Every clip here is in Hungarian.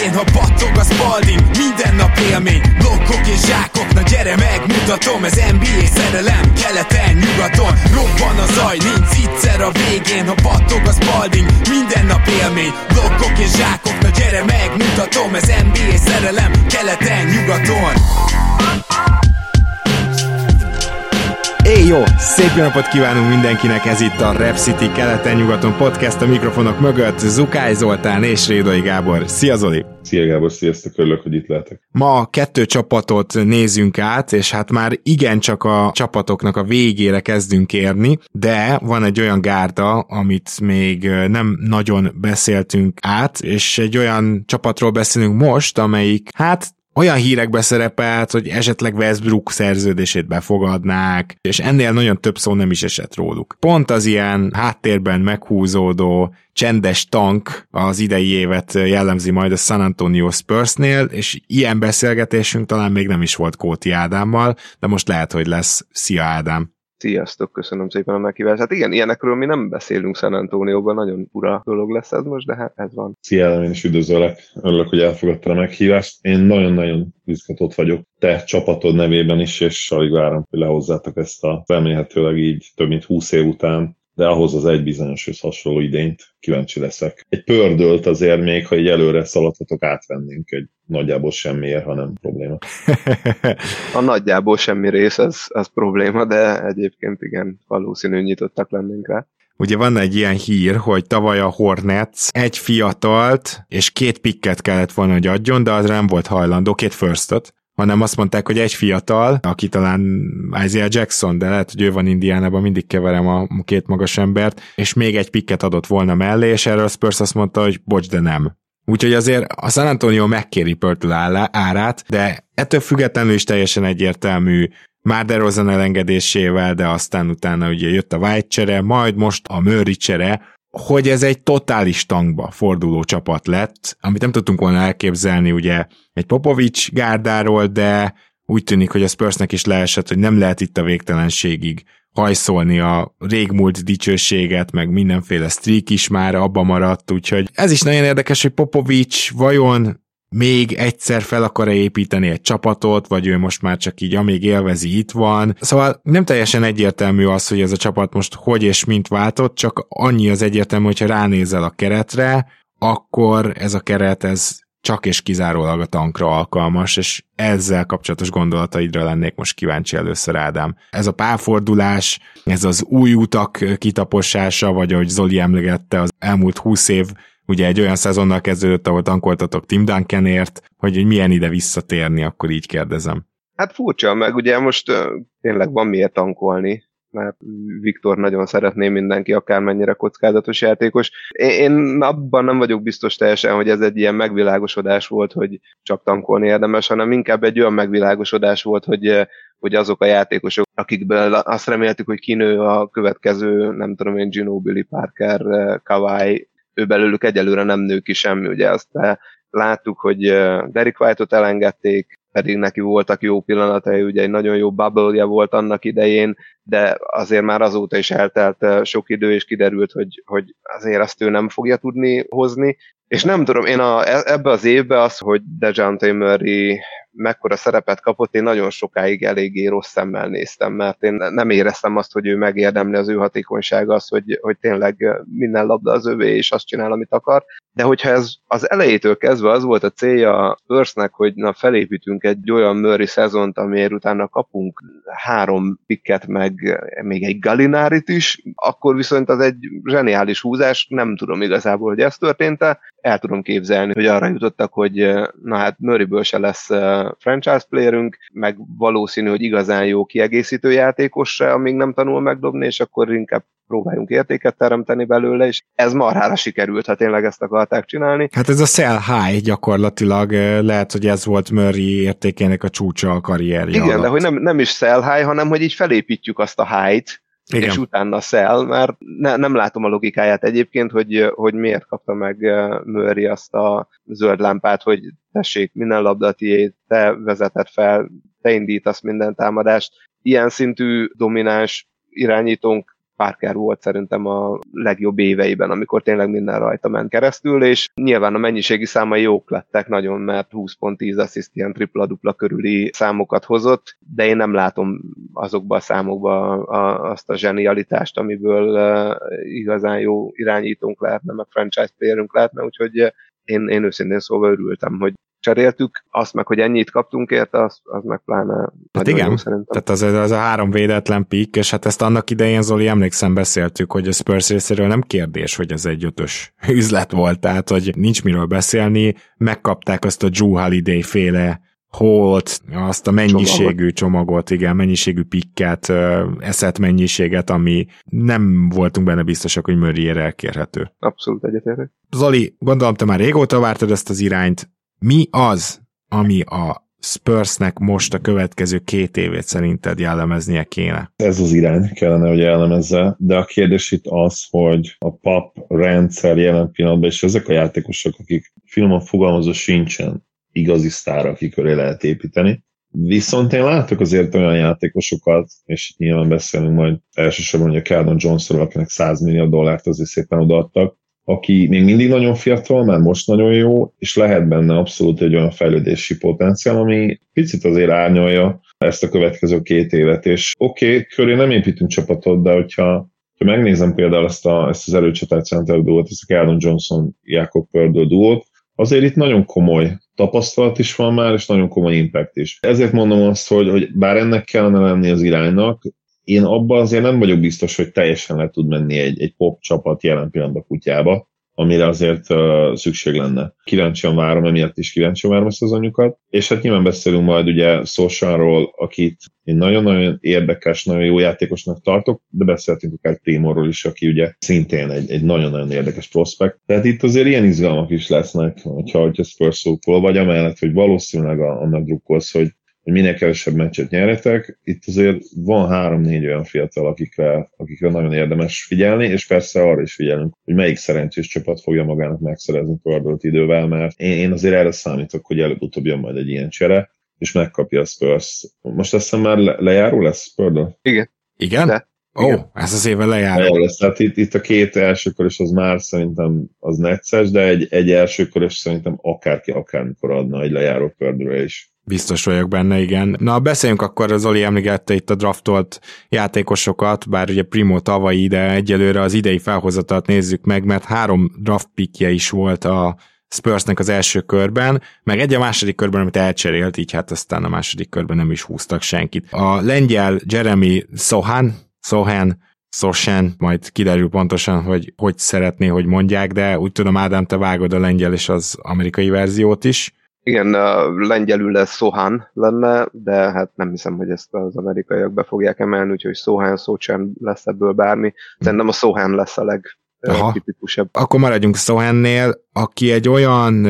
végén, ha battog a Spalding, minden nap élmény, blokkok és zsákok, na gyere megmutatom, ez NBA szerelem, keleten, nyugaton, robban a zaj, nincs egyszer a végén, ha battog a Spalding, minden nap élmény, blokkok és zsákok, na gyere megmutatom, ez NBA szerelem, keleten, nyugaton. Jó, szép napot kívánunk mindenkinek, ez itt a Rep City keleten-nyugaton podcast, a mikrofonok mögött Zukály Zoltán és Rédai Gábor. Szia Zoli! Szia Gábor, sziasztok, örülök, hogy itt lehetek. Ma 2 csapatot nézzünk át, és hát már igencsak a csapatoknak a végére kezdünk érni, de van egy olyan gárda, amit még nem nagyon beszéltünk át, és egy olyan csapatról beszélünk most, amelyik olyan hírekbe szerepelt, hogy esetleg Westbrook szerződését befogadnák, és ennél nagyon több szó nem is esett róluk. Pont az ilyen háttérben meghúzódó, csendes tank az idei évet jellemzi majd a San Antonio Spursnél, és ilyen beszélgetésünk talán még nem is volt Kóti Ádámmal, de most lehet, hogy lesz. Szia Ádám! Sziasztok, köszönöm szépen a meghívást. Hát igen, ilyenekről mi nem beszélünk San Antonioban, nagyon fura dolog lesz ez most, de hát ez van. Szia Ádám, én is üdvözöllek, örülök, hogy elfogadtad a meghívást. Én nagyon-nagyon izgatott vagyok te csapatod nevében is, és alig várom, hogy lehozzátok ezt a remélhetőleg így több mint 20 év után, de ahhoz az egy bizonyos hasonló idényt kíváncsi leszek. Egy pördölt azért még, ha egy előre szaladhatok, átvennénk egy nagyjából semmiért, ha nem probléma. A nagyjából semmi rész, az probléma, de egyébként igen, valószínű nyitottak lennénk rá. Ugye van egy ilyen hír, hogy tavaly a Hornets egy fiatalt és 2 picket kellett volna, hogy adjon, de az nem volt hajlandó, 2 firstot, hanem azt mondták, hogy egy fiatal, aki talán Isaiah Jackson, de lehet, hogy ő van Indiánában, mindig keverem a 2 magas embert, és még egy picket adott volna mellé, és erről a Spurs azt mondta, hogy bocs, de nem. Úgyhogy azért a San Antonio megkéri Pörtl árát, de ettől függetlenül is teljesen egyértelmű, már DeRozan elengedésével, de aztán utána ugye jött a White csere, majd most a Murray csere, hogy ez egy totális tankba forduló csapat lett, amit nem tudtunk volna elképzelni ugye egy Popovics gárdáról, de úgy tűnik, hogy a Spursnek is leesett, hogy nem lehet itt a végtelenségig hajszolni a régmúlt dicsőséget, meg mindenféle streak is már abba maradt, úgyhogy ez is nagyon érdekes, hogy Popovics vajon még egyszer fel akar-e építeni egy csapatot, vagy ő most már csak így, amíg élvezi, itt van. Szóval nem teljesen egyértelmű az, hogy ez a csapat most hogy és mint váltott, csak annyi az egyértelmű, hogyha ránézel a keretre, akkor ez a keret, ez csak és kizárólag a tankra alkalmas, és ezzel kapcsolatos gondolataidra lennék most kíváncsi először, Ádám. Ez a pálfordulás, ez az új utak kitaposása, vagy ahogy Zoli emlegette, az elmúlt 20 év ugye egy olyan szezonnal kezdődött, ahol tankoltatok Tim Duncanért, hogy milyen ide visszatérni, akkor így kérdezem. Hát furcsa, meg ugye most tényleg van miért tankolni, mert Viktor nagyon szeretné mindenki, akármennyire kockázatos játékos. Én abban nem vagyok biztos teljesen, hogy ez egy ilyen megvilágosodás volt, hogy csak tankolni érdemes, hanem inkább egy olyan megvilágosodás volt, hogy azok a játékosok, akikből azt reméltük, hogy kinő a következő, nem tudom én, Ginobili, Parker, Kawhi, ő belőlük egyelőre nem nő ki semmi, ugye azt láttuk, hogy Derrick White-ot elengedték, pedig neki voltak jó pillanatai, ugye egy nagyon jó bubble-ja volt annak idején, de azért már azóta is eltelt sok idő, és kiderült, hogy azért azt ő nem fogja tudni hozni. És nem tudom, én ebbe az évbe az, hogy DeJounte Murray mekkora szerepet kapott, én nagyon sokáig eléggé rossz szemmel néztem, mert én nem éreztem azt, hogy ő megérdemli, az ő hatékonysága az, hogy tényleg minden labda az övé, és azt csinál, amit akar. De hogyha ez az elejétől kezdve az volt a célja a Spursnek, hogy felépítünk egy olyan Murray szezont, amiért utána kapunk 3 picket, meg még egy Gallinárit is, akkor viszont az egy zseniális húzás, nem tudom igazából, hogy ez történt-e. El tudom képzelni, hogy arra jutottak, hogy na hát Murrayből se lesz franchise playerünk, meg valószínű, hogy igazán jó kiegészítő játékos se, amíg nem tanul megdobni, és akkor inkább próbáljunk értéket teremteni belőle, és ez marhára sikerült, ha tényleg ezt akarták csinálni. Hát ez a sell high gyakorlatilag, lehet, hogy ez volt Murray értékének a csúcsa a karrierje igen, alatt. de hogy nem is sell high, hanem hogy így felépítjük azt a high-t, igen. És utána sell, mert nem látom a logikáját egyébként, hogy miért kapta meg Murray azt a zöld lámpát, hogy tessék, minden labda tiéd, te vezeted fel, te indítasz minden támadást. Ilyen szintű domináns irányítónk Parker volt szerintem a legjobb éveiben, amikor tényleg minden rajta ment keresztül, és nyilván a mennyiségi számai jók lettek nagyon, mert 20 pont 10 assziszt ilyen tripla-dupla körüli számokat hozott, de én nem látom azokba a számokba azt a zsenialitást, amiből igazán jó irányítónk lehetne, meg franchise playerünk lehetne, úgyhogy én őszintén szóval örültem, hogy cseréltük, azt meg, hogy ennyit kaptunk érte, az meg pláne nagyon igen, jó szerintem. Tehát az a 3 védetlen pick, és hát ezt annak idején, Zoli, emlékszem, beszéltük, hogy a Spurs részéről nem kérdés, hogy ez egy 5-ös üzlet volt, tehát hogy nincs miről beszélni, megkapták azt a Drew Holiday féle Holt, azt a mennyiségű csomagot, igen, mennyiségű pikket, eszet mennyiséget, ami nem voltunk benne biztosak, hogy Murrayére elkérhető. Abszolút egyetértek. Zoli, gondolom, te már régóta vártad ezt az irányt. Mi az, ami a Spursnek most a következő 2 évét szerinted jellemeznie kéne? Ez az irány kellene, hogy jellemezze, de a kérdés itt az, hogy a PAP rendszer jelen pillanatban, és ezek a játékosok, akik finoman fogalmazva sincsen igazi sztár, akik köré lehet építeni. Viszont én látok azért olyan játékosokat, és nyilván beszélünk majd elsősorban, hogy a Keldon Johnson, akinek $100 millió azért szépen odaadtak, aki még mindig nagyon fiatal, már most nagyon jó, és lehet benne abszolút egy olyan fejlődési potenciál, ami picit azért árnyalja ezt a következő 2 évet, és oké, köré nem építünk csapatot, de hogyha megnézem például ezt az erőcsatát center duót, ezt a Keldon Johnson, Jakob Poeltl duót, azért itt nagyon komoly tapasztalat is van már, és nagyon komoly impact is. Ezért mondom azt, hogy bár ennek kellene lenni az iránynak, én abban azért nem vagyok biztos, hogy teljesen le tud menni egy pop csapat jelen pillanatban kutyába, amire azért szükség lenne. Kíváncsian várom, emiatt is kíváncsian várom a szezonjukat. És hát nyilván beszélünk majd ugye Solskjaerról, akit én nagyon-nagyon érdekes, nagyon jó játékosnak tartok, de beszéltünk akár Primorról is, aki ugye szintén egy nagyon-nagyon érdekes prospekt. Tehát itt azért ilyen izgalmak is lesznek, hogyha Spurs szókol, vagy amellett, hogy valószínűleg annak drukkolsz, hogy minél kevesebb meccset nyerjetek. Itt azért van 3-4 olyan fiatal, akikre nagyon érdemes figyelni, és persze arra is figyelünk, hogy melyik szerencsés csapat fogja magának megszerezni Poeltlt idővel, mert én azért erre számítok, hogy előbb-utóbb jön majd egy ilyen csere, és megkapja a Spurs. Most azt hiszem már lejáró lesz Poeltl? Igen. Igen? Ó, ez az éve lejáró lesz. Tehát itt a 2 elsőkörös az már szerintem az necces, de egy elsőkörös szerintem akármikor adna egy lejáró Poeltlre is. Biztos vagyok benne, igen. Na, beszéljünk akkor, Zoli emlegette itt a draftolt játékosokat, bár ugye Primo tavalyi, de egyelőre az idei felhozatat nézzük meg, mert 3 draft pickje is volt a Spursnek az első körben, meg egy a második körben, amit elcserélt, így hát aztán a második körben nem is húztak senkit. A lengyel Jeremy Sohan, majd kiderül pontosan, hogy szeretné, hogy mondják, de úgy tudom, Ádám, te vágod a lengyel és az amerikai verziót is. Igen, lengyelül lesz Sohan lenne, de hát nem hiszem, hogy ezt az amerikaiak be fogják emelni, úgyhogy Sohan lesz ebből bármi. Szerintem a Sohan lesz a legtipikusabb. Akkor maradjunk Sohannél, aki egy olyan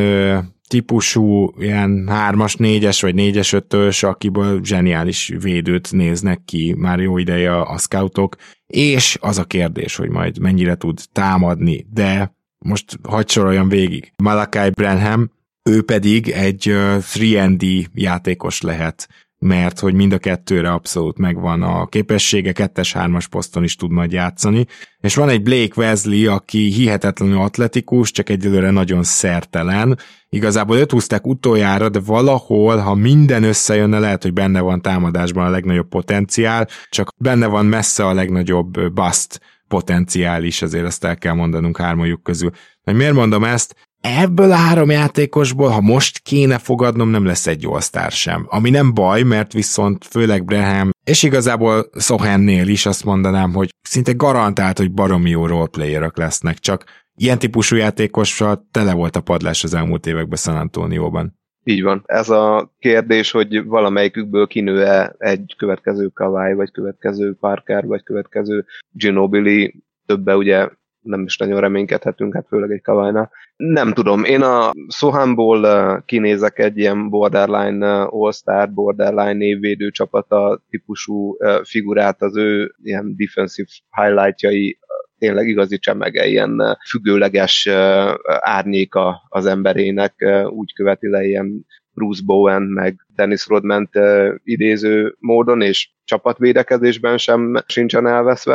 típusú ilyen 3-as, 4-es vagy 4-es, 5-ös, akiből zseniális védőt néznek ki már jó ideje a scoutok, és az a kérdés, hogy majd mennyire tud támadni, de most hadd soroljam végig. Malachi Branham, ő pedig egy 3&D játékos lehet, mert hogy mind a kettőre abszolút megvan a képessége, 2-3-as poszton is tud majd játszani, és van egy Blake Wesley, aki hihetetlenül atletikus, csak egyelőre nagyon szertelen, igazából őt húzták utoljára, de valahol, ha minden összejönne, lehet, hogy benne van támadásban a legnagyobb potenciál, csak benne van messze a legnagyobb bust potenciál is, azért ezt el kell mondanunk hármajuk közül. Hogy miért mondom ezt? Ebből a 3 játékosból, ha most kéne fogadnom, nem lesz egy all-star sem. Ami nem baj, mert viszont főleg Branham, és igazából Sohannél is azt mondanám, hogy szinte garantált, hogy baromi jó roleplayerek lesznek, csak ilyen típusú játékossal tele volt a padlás az elmúlt években San Antonióban. Így van. Ez a kérdés, hogy valamelyikükből kinő-e egy következő Kawhi, vagy következő Parker, vagy következő Ginobili, többe ugye nem is nagyon reménykedhetünk, hát főleg egy Kawhi-nál. Nem tudom, én a Sohanból kinézek egy ilyen borderline all-star, borderline névvédő csapata típusú figurát, az ő ilyen defensive highlightjai tényleg igazi csemege, ilyen függőleges árnyéka az emberének, úgy követi le ilyen Bruce Bowen, meg Dennis Rodman idéző módon, és csapatvédekezésben sem sincsen elveszve.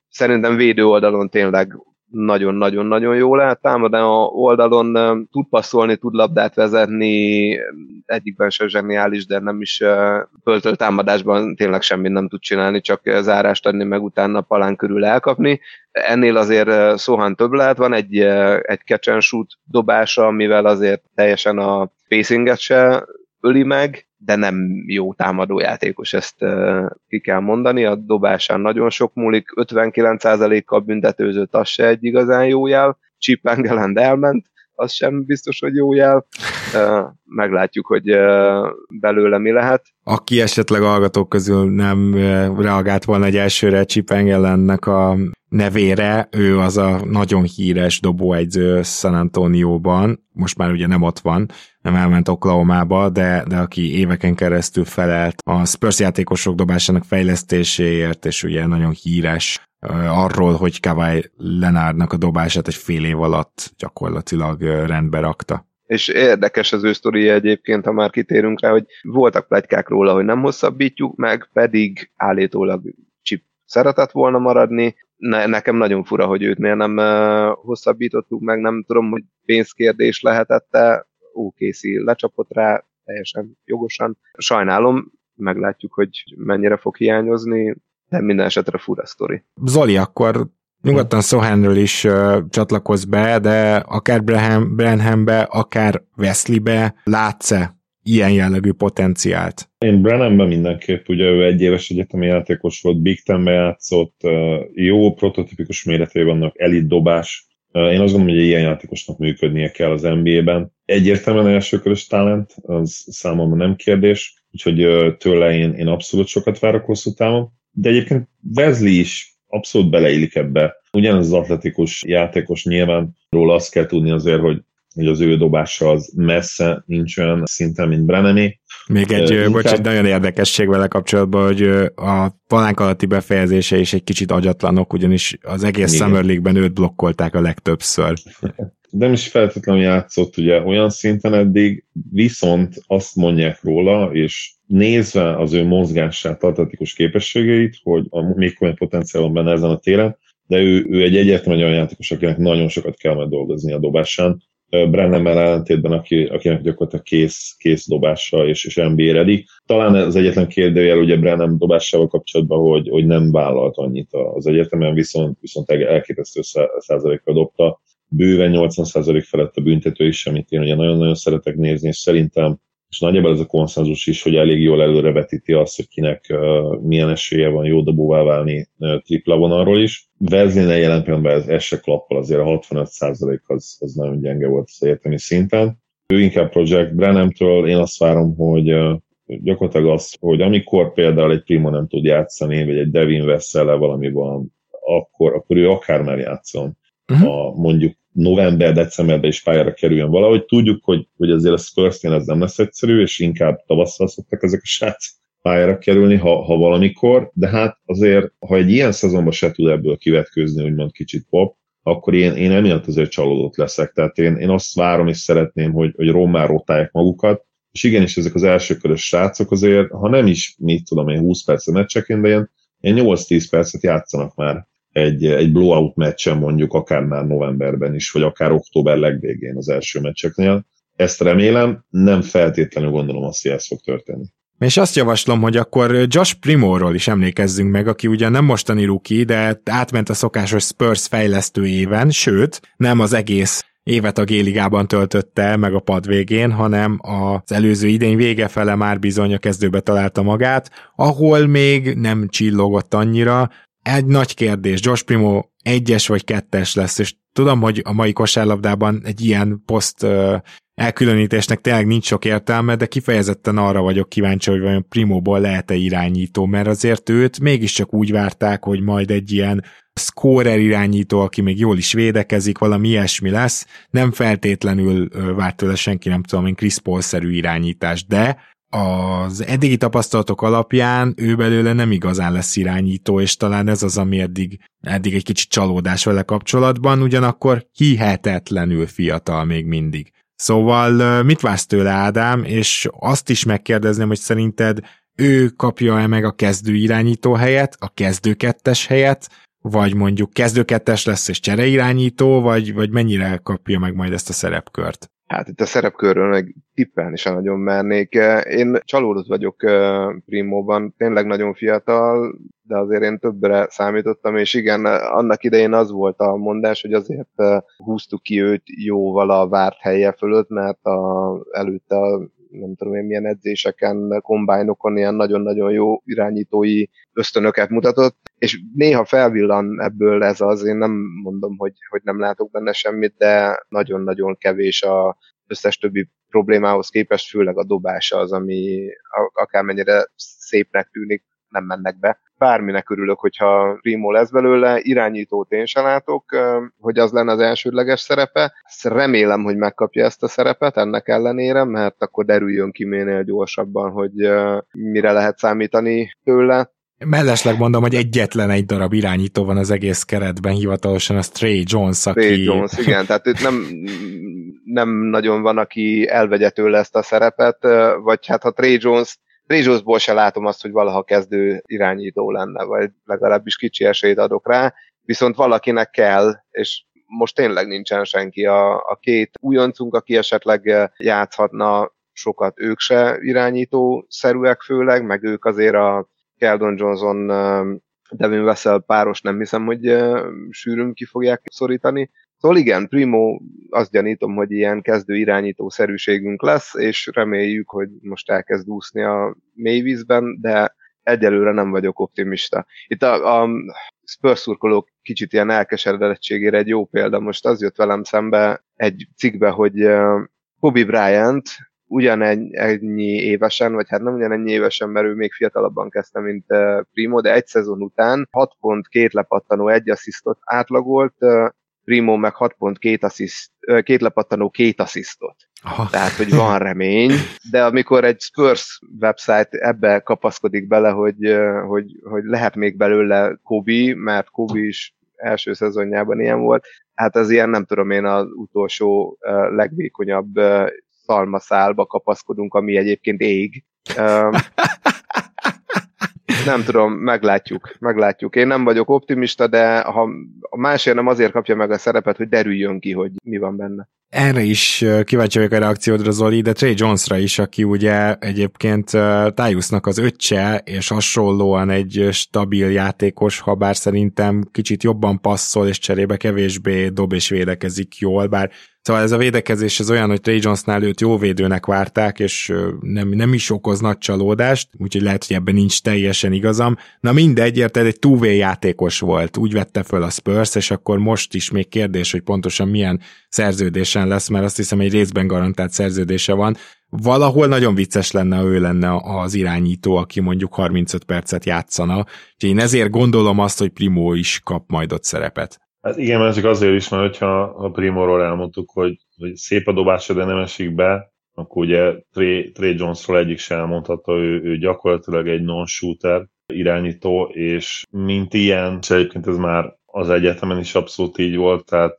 Szerintem védő oldalon tényleg nagyon-nagyon-nagyon jól áll, támadó oldalon tud passzolni, tud labdát vezetni, egyikben sem zseniális, de nem is pöltölt támadásban tényleg semmit nem tud csinálni, csak zárást adni, meg utána palán körül elkapni. Ennél azért szóhan több lehet, van egy catch and shoot dobása, mivel azért teljesen a pacinget se öli meg, de nem jó támadójátékos, ezt ki kell mondani, a dobásán nagyon sok múlik, 59%-kal büntetőzött, az se egy igazán jó jel, Chip Engeland elment, az sem biztos, hogy jó jel, meglátjuk, hogy belőle mi lehet. Aki esetleg hallgatók közül nem reagált volna egy elsőre Chip Engelandnek a nevére, ő az a nagyon híres dobóegyző San Antonióban, most már ugye nem ott van, nem elment Oklahomába, de aki éveken keresztül felelt a Spurs játékosok dobásának fejlesztéséért, és ugye nagyon híres arról, hogy Kawhi Leonardnak a dobását egy fél év alatt gyakorlatilag rendbe rakta. És érdekes az ő sztoria egyébként, ha már kitérünk rá, hogy voltak pletykák róla, hogy nem hosszabbítjuk meg, pedig állítólag Chip szeretett volna maradni. Nekem nagyon fura, hogy őt miért nem hosszabbítottuk meg, nem tudom, hogy pénzkérdés lehetette, OKC lecsapott rá, teljesen jogosan. Sajnálom, meglátjuk, hogy mennyire fog hiányozni, de minden esetre fura sztori. Zoli, akkor nyugodtan Sohanről is csatlakozz be, de akár Branhambe, akár Wesleybe látsz-e ilyen jellegű potenciált? Én Branhamben mindenképp, ugye ő egyéves egyetemi játékos volt, Big Ten-be játszott, jó prototípikus méretei vannak, elit dobás. Én azt gondolom, hogy ilyen játékosnak működnie kell az NBA-ben. Egyértelműen elsőkörös talent, az számomra nem kérdés, úgyhogy tőle én abszolút sokat várok hosszú távon. De egyébként Wesley is abszolút beleillik ebbe. Ugyanez az atletikus játékos, nyilván róla azt kell tudni azért, hogy az ő dobása az messze nincs olyan szinten, mint Branhamé. Még egy nagyon érdekesség vele kapcsolatban, hogy a palánk alatti befejezése is egy kicsit agyatlanok, ugyanis az egész Summer League-ben őt blokkolták a legtöbbször. De nem is feltétlenül játszott ugye olyan szinten eddig, viszont azt mondják róla, és nézve az ő mozgását, atletikus képességeit, hogy még olyan potenciál van benne ezen a téren, de ő egy egyértelműen olyan játékos, akinek nagyon sokat kell majd dolgozni a dobásán. Branhammel ellentétben, akinek gyakorlatilag kész dobása és NBA ready. Talán az egyetlen kérdőjel ugye Branham dobásával kapcsolatban, hogy nem vállalt annyit az egyetemen, viszont elképesztő százalékkal dobta. Bőven 80% felett a büntető is, amit én ugye nagyon-nagyon szeretek nézni, és szerintem, és nagyjából ez a konszenzus is, hogy elég jól előrevetíti azt, hogy kinek milyen esélye van jó dobóvá válni tripla vonalról is. Wesleynél jelen pillanatban ez se klappal, azért a 65% az nagyon gyenge volt az egyetemi szinten. Ő inkább Project Branhamtől, én azt várom, hogy gyakorlatilag az, hogy amikor például egy Primo nem tud játszani, vagy egy Devin Vassell-el valami van, akkor ő akár már játszon. Mondjuk november-decemberben is pályára kerüljön valahogy. Tudjuk, hogy azért a Spursnél ez nem lesz egyszerű, és inkább tavasszal szoktak ezek a srác pályára kerülni, ha valamikor, de hát azért, ha egy ilyen szezonban se tud ebből kivetkőzni, úgymond kicsit pop, akkor én emiatt azért csalódott leszek. Tehát én azt várom és szeretném, hogy rommá rotálják magukat, és igenis ezek az elsőkörös srácok azért, ha nem is, mit tudom én, 20 percet meccseken, de ilyen 8-10 percet játszanak már egy blowout meccsen mondjuk, akár már novemberben is, vagy akár október legvégén az első meccseknél. Ezt remélem, nem feltétlenül gondolom azt, hogy ez fog történni. És azt javaslom, hogy akkor Josh Primoról is emlékezzünk meg, aki ugyan nem mostani rookie, de átment a szokásos Spurs fejlesztő éven, sőt, nem az egész évet a G-ligában töltötte meg a pad végén, hanem az előző idény vége fele már bizony a kezdőbe találta magát, ahol még nem csillogott annyira. Egy nagy kérdés, Josh Primo 1-es vagy 2-es lesz, és tudom, hogy a mai kosárlabdában egy ilyen poszt elkülönítésnek tényleg nincs sok értelme, de kifejezetten arra vagyok kíváncsi, hogy vajon Primóból lehet-e irányító, mert azért őt mégiscsak úgy várták, hogy majd egy ilyen scorer irányító, aki még jól is védekezik, valami ilyesmi lesz, nem feltétlenül várt tőle senki, nem tudom én, Chris Paul-szerű irányítás, de az eddigi tapasztalatok alapján ő belőle nem igazán lesz irányító, és talán ez az, ami eddig egy kicsit csalódás vele kapcsolatban, ugyanakkor hihetetlenül fiatal még mindig. Szóval mit vársz tőle, Ádám, és azt is megkérdezném, hogy szerinted ő kapja-e meg a kezdő irányító helyet, a kezdő kettes helyet, vagy mondjuk kezdőkettes lesz és csereirányító, vagy mennyire kapja meg majd ezt a szerepkört? Hát itt a szerepkörről meg tippelni sem nagyon mernék. Én csalódott vagyok Primóban, tényleg nagyon fiatal, de azért én többre számítottam, és igen, annak idején az volt a mondás, hogy azért húztuk ki őt jóval a várt helye fölött, mert előtte nem tudom én milyen edzéseken, kombájnokon ilyen nagyon-nagyon jó irányítói ösztönöket mutatott, és néha felvillan ebből ez az, én nem mondom, hogy nem látok benne semmit, de nagyon-nagyon kevés az összes többi problémához képest, főleg a dobása az, ami akármennyire szépnek tűnik, nem mennek be. Bárminek örülök, hogyha Primo lesz belőle, irányítót én se látok, hogy az lenne az elsődleges szerepe. Remélem, hogy megkapja ezt a szerepet ennek ellenére, mert akkor derüljön ki minél gyorsabban, hogy mire lehet számítani tőle. Mellesleg mondom, hogy egyetlen egy darab irányító van az egész keretben, hivatalosan a Trey Jones, aki... Trey Jones, igen, tehát itt nem nagyon van, aki elvegye tőle ezt a szerepet, vagy hát ha Trey Jonesból se látom azt, hogy valaha kezdő irányító lenne, vagy legalábbis kicsi esélyt adok rá, viszont valakinek kell, és most tényleg nincsen senki. A két újoncunk, aki esetleg játszhatna sokat, ők se irányító-szerűek főleg, meg ők azért a Keldon Johnson, Devin Vassell páros nem hiszem, hogy sűrűn ki fogják szorítani. Szóval igen, Primo, azt gyanítom, hogy ilyen kezdő irányító szerűségünk lesz, és reméljük, hogy most elkezd úszni a mélyvízben, de egyelőre nem vagyok optimista. Itt a Spurs szurkolók kicsit ilyen elkeseredettségére egy jó példa. Most az jött velem szembe egy cikkbe, hogy Kobe Bryant ugyanennyi évesen, vagy hát nem ugyanennyi évesen, mert ő még fiatalabban kezdte, mint Primo, de egy szezon után 6 pont, 2 lepattanó, 1 asszisztot átlagolt, Primo meg 6 pont, 2 lepattanó, 2 asszisztot. Tehát, hogy van remény, de amikor egy Spurs website ebbe kapaszkodik bele, hogy lehet még belőle Kobe, mert Kobe is első szezonjában ilyen volt, hát az ilyen, nem tudom én, az utolsó legvékonyabb szalmaszálba kapaszkodunk, ami egyébként ég. Nem tudom, meglátjuk. Én nem vagyok optimista, de ha másért nem azért kapja meg a szerepet, hogy derüljön ki, hogy mi van benne. Erre is kíváncsi vagyok a reakciódra, Zoli, de Trey Jonesra is, aki ugye egyébként Tyusnak az öccse, és hasonlóan egy stabil játékos, ha bár szerintem kicsit jobban passzol, és cserébe kevésbé dob és védekezik jól, bár szóval ez a védekezés az olyan, hogy Trey Jonesnál őt jó védőnek várták, és nem is okoz nagy csalódást, úgyhogy lehet, hogy ebben nincs teljesen igazam. Na mindegy, érted, egy two-way játékos volt, úgy vette föl a Spurs, és akkor most is még kérdés, hogy pontosan milyen szerződésen lesz, mert azt hiszem egy részben garantált szerződése van. Valahol nagyon vicces lenne, ha ő lenne az irányító, aki mondjuk 35 percet játszana, úgyhogy én ezért gondolom azt, hogy Primo is kap majd ott szerepet. Hát igen, mert csak azért is, mert hogyha a Primóról elmondtuk, hogy szép a dobása, de nem esik be, akkor ugye Trey Jonesról egyik sem elmondhatta, ő gyakorlatilag egy non-shooter irányító, és mint ilyen, és egyébként ez már az egyetemen is abszolút így volt, tehát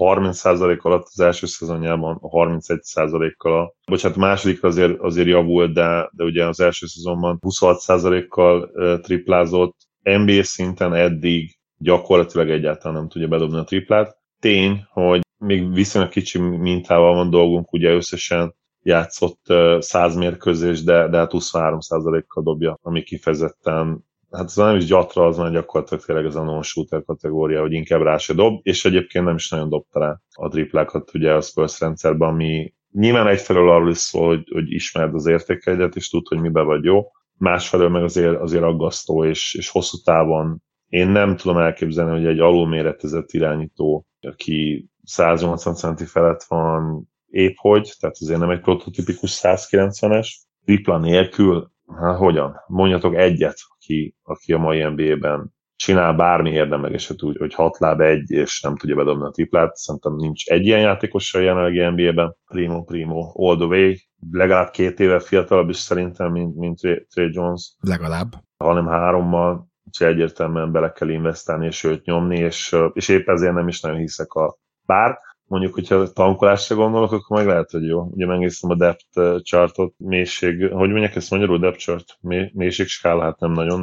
30% alatt az első szezonjában 31%-kal, bocsánat, másodikra azért javult, de ugye az első szezonban 26%-kal triplázott, NBA szinten eddig gyakorlatilag egyáltalán nem tudja bedobni a triplát. Tény, hogy még viszonylag kicsi mintával van dolgunk, ugye összesen játszott 100 mérkőzés, de hát 23%-kal dobja, ami kifejezetten, hát ez nem is gyatra, az már gyakorlatilag tényleg ez a non-shooter kategória, hogy inkább rá se dob, és egyébként nem is nagyon dobta rá a triplákat ugye a Spurs rendszerben, ami nyilván egyfelől arról is szól, hogy ismerd az értékeidet, és tud, hogy miben vagy jó, másfelől meg azért aggasztó, és hosszú távon én nem tudom elképzelni, hogy egy alulméretezett irányító, aki 180 centi felett van épp hogy, tehát azért nem egy prototipikus 190-es, tripla nélkül, hát hogyan? Mondjatok egyet, aki a mai NBA-ben csinál bármi érdemlegeset úgy, hogy 6 láb 1, és nem tudja bedobni a triplát. Szerintem nincs egy ilyen játékos a jelenlegi NBA-ben. Primo, all the way. Legalább 2 éve fiatalabb is szerintem, mint Trey Jones. Legalább. Hanem 3-mal. Úgyhogy egyértelműen bele kell investálni, és őt nyomni, és épp ezért nem is nagyon hiszek bár mondjuk, hogyha tankolásra gondolok, akkor meg lehet, hogy jó. Ugye megnéztem a depth chartot, mélység, hogy mondják ezt magyarul, depth chart, mélység skála, hát nem nagyon, de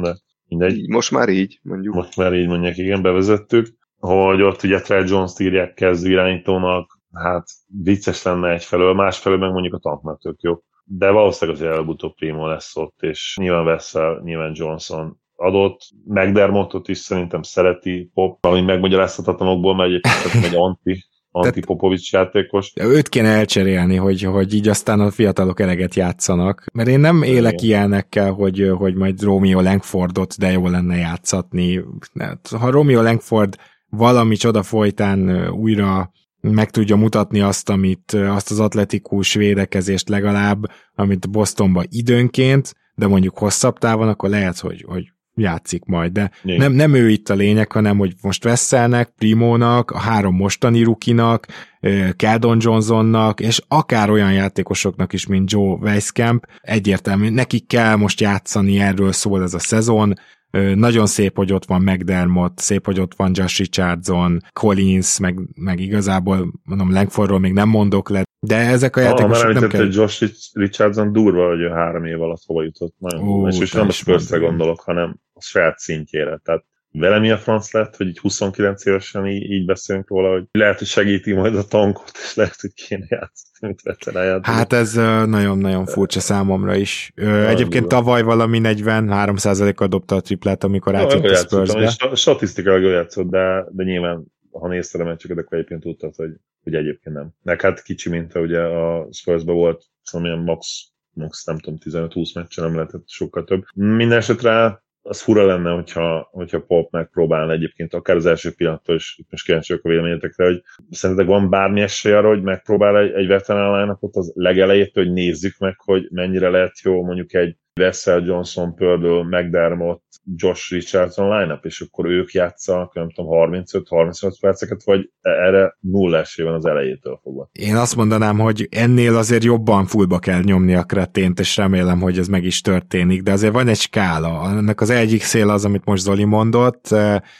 mindegy. Most már így, mondjuk. Most már így mondják, igen, bevezettük, hogy ott ugye Trey Jones-t írják kezdő irányítónak, hát vicces lenne egyfelől, másfelől meg mondjuk a tanknak tök jó. De valószínűleg azért előbb-utóbb Primo lesz ott, és nyilván Vessel, nyilván Johnson adott. McDermottot is szerintem szereti Pop, valami megmagyarázhatatlanokból, mert egyébként egy anti-Popovics játékos. Őt kéne elcserélni, hogy így aztán a fiatalok eleget játszanak, mert én nem élek ilyenekkel, hogy majd Romeo Langfordot de jó lenne játszatni. Ha Romeo Langford valami csoda folytán újra meg tudja mutatni azt az atletikus védekezést legalább, amit Bostonban időnként, de mondjuk hosszabb távon, akkor lehet, hogy játszik majd, de nem ő itt a lényeg, hanem hogy most Vesselnek, Primónak, a 3 mostani rukinak, Keldon Johnsonnak, és akár olyan játékosoknak is, mint Joe Weiskamp, egyértelmű, nekik kell most játszani, erről szól ez a szezon. Nagyon szép, hogy ott van McDermott, szép, hogy ott van Josh Richardson, Collins, meg igazából, mondom, Langfordról még nem mondok le, de ezek a játékosok nem kell. Josh Richardson durva, hogy 3 év alatt hova jutott. Nagyon és nem a Spursre gondolok, hanem a saját szintjére. Tehát vele mi a franc lett, hogy így 29 évesen így beszélünk róla, hogy lehet, hogy segíti majd a tankot, és lehet, hogy kéne játszani, mint veterán. Hát ez nagyon-nagyon furcsa számomra is. Egyébként tavaly valami 43%-kal dobta a triplát, amikor átjött a Spursbe. Statisztikailag jól játszott, de nyilván, ha nézted a meccseket, akkor egyébként tudtad, hogy egyébként nem. Meg hát kicsi minta, ugye a Spursbe volt, szóval ilyen max nem tudom, 15-20 meccsen nem lehetett sokkal több. Minden esetre az fura lenne, hogyha Pop megpróbálna egyébként, akár az első pillanattól is, most kíváncsi vagyok a véleményetekre, hogy szerintetek van bármi esély arra, hogy megpróbál egy veterán line-upot az legelejétől, hogy nézzük meg, hogy mennyire lehet jó mondjuk egy Vessel, Johnson, Pördl, McDermott, Josh Richardson line-up, és akkor ők játszanak, nem tudom, 35-35 perceket, vagy erre nulla esély van az elejétől fogva. Én azt mondanám, hogy ennél azért jobban fullba kell nyomni a kretént, és remélem, hogy ez meg is történik, de azért van egy skála. Ennek az egyik szél az, amit most Zoli mondott.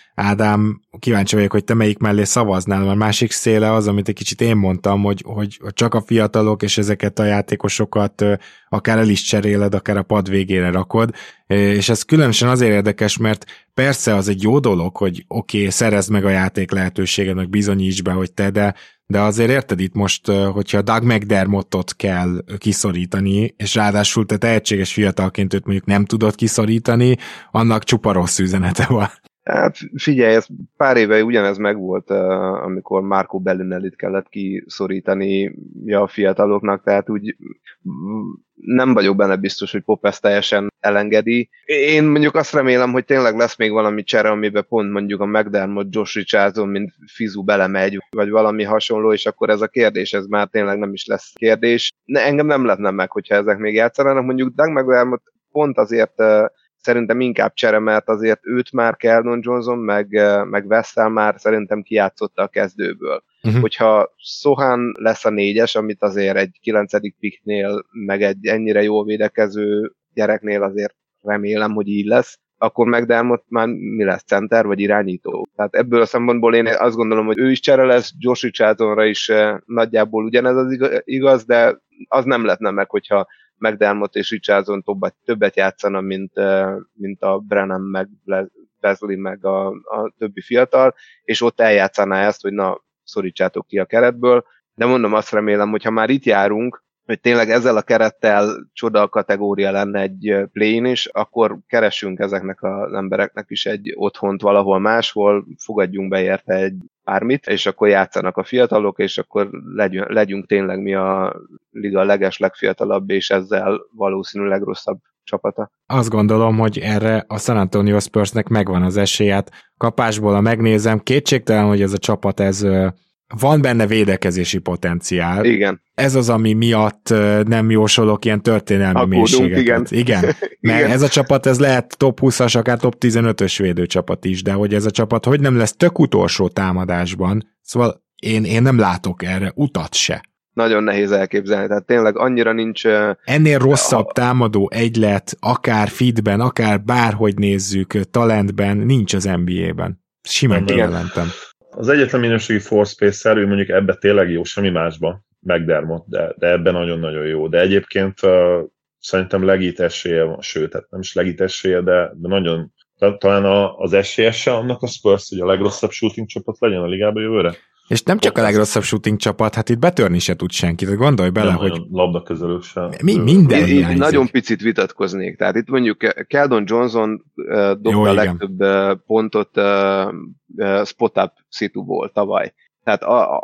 Ádám, kíváncsi vagyok, hogy te melyik mellé szavaznál, mert másik széle az, amit egy kicsit én mondtam, hogy csak a fiatalok és ezeket a játékosokat akár el is cseréled, akár a pad végére rakod, és ez különösen azért érdekes, mert persze az egy jó dolog, hogy oké, szerezd meg a játék lehetőséget, meg bizonyíts be, hogy te, de azért érted itt most, hogyha Doug McDermottot kell kiszorítani, és ráadásul te tehetséges fiatalként őt mondjuk nem tudod kiszorítani, annak csupa rossz üzenete van. Hát figyelj, ez pár éve ugyanez megvolt, amikor Marco Bellinellit kellett kiszorítani a fiataloknak, tehát úgy nem vagyok benne biztos, hogy Pop ezt teljesen elengedi. Én mondjuk azt remélem, hogy tényleg lesz még valami csere, amiben pont mondjuk a McDermott, Josh Richardson, mint Fizu belemegy, vagy valami hasonló, és akkor ez a kérdés, ez már tényleg nem is lesz kérdés. Engem nem lepne meg, hogyha ezek még játszanának. Mondjuk Doug McDermott pont azért szerintem inkább csere, mert azért őt már Keldon Johnson, meg Vessel már szerintem kijátszotta a kezdőből. Hogyha Sohan lesz a 4-es, amit azért egy 9. picknél, meg egy ennyire jól védekező gyereknél azért remélem, hogy így lesz, akkor McDermott már mi lesz, center vagy irányító. Tehát ebből a szempontból én azt gondolom, hogy ő is csere lesz, Josh Richardsonra is nagyjából ugyanez az igaz, de az nem lehetne meg, hogyha McDermott és Richardson többet játszana, mint a Brennan, meg Wesley, meg a többi fiatal, és ott eljátszaná ezt, hogy na, szorítsátok ki a keretből, de mondom, azt remélem, hogy ha már itt járunk, hogy tényleg ezzel a kerettel csoda kategória lenne egy play-in is, akkor keressünk ezeknek az embereknek is egy otthont valahol máshol, fogadjunk be érte egy bármit, és akkor játszanak a fiatalok, és akkor legyünk tényleg mi a liga legfiatalabb, és ezzel valószínűleg rosszabb csapata. Azt gondolom, hogy erre a San Antonio Spursnek megvan az esélyát. Kapásból, ha megnézem, kétségtelen, hogy ez a csapat, van benne védekezési potenciál. Igen. Ez az, ami miatt nem jósolok ilyen történelmi mélységeket. Igen. Mert ez a csapat, ez lehet top 20-as, akár top 15-ös védőcsapat is, de hogy ez a csapat hogy nem lesz tök utolsó támadásban, szóval én nem látok erre utat se. Nagyon nehéz elképzelni, tehát tényleg annyira nincs... Ennél rosszabb támadó egylet, akár fitben, akár bárhogy nézzük, talentben, nincs az NBA-ben. Simán kijelentem. Az egyetlen minőségi force space-szer, ő mondjuk ebben tényleg jó, semmi másban, McDermott, de ebben nagyon-nagyon jó. De egyébként szerintem legit esélye van, sőt, hát nem is legit esélye, de nagyon talán az esélyese annak a Spurs, hogy a legrosszabb shooting csapat legyen a ligában jövőre? És nem csak a legrosszabb shooting csapat, hát itt betörni se tud senki. Tehát gondolj bele, nem, hogy... labdakezelők sem. Minden hiányzik. Nagyon picit vitatkoznék. Tehát itt mondjuk Keldon Johnson dobta a legtöbb pontot spot-up szituból tavaly. Tehát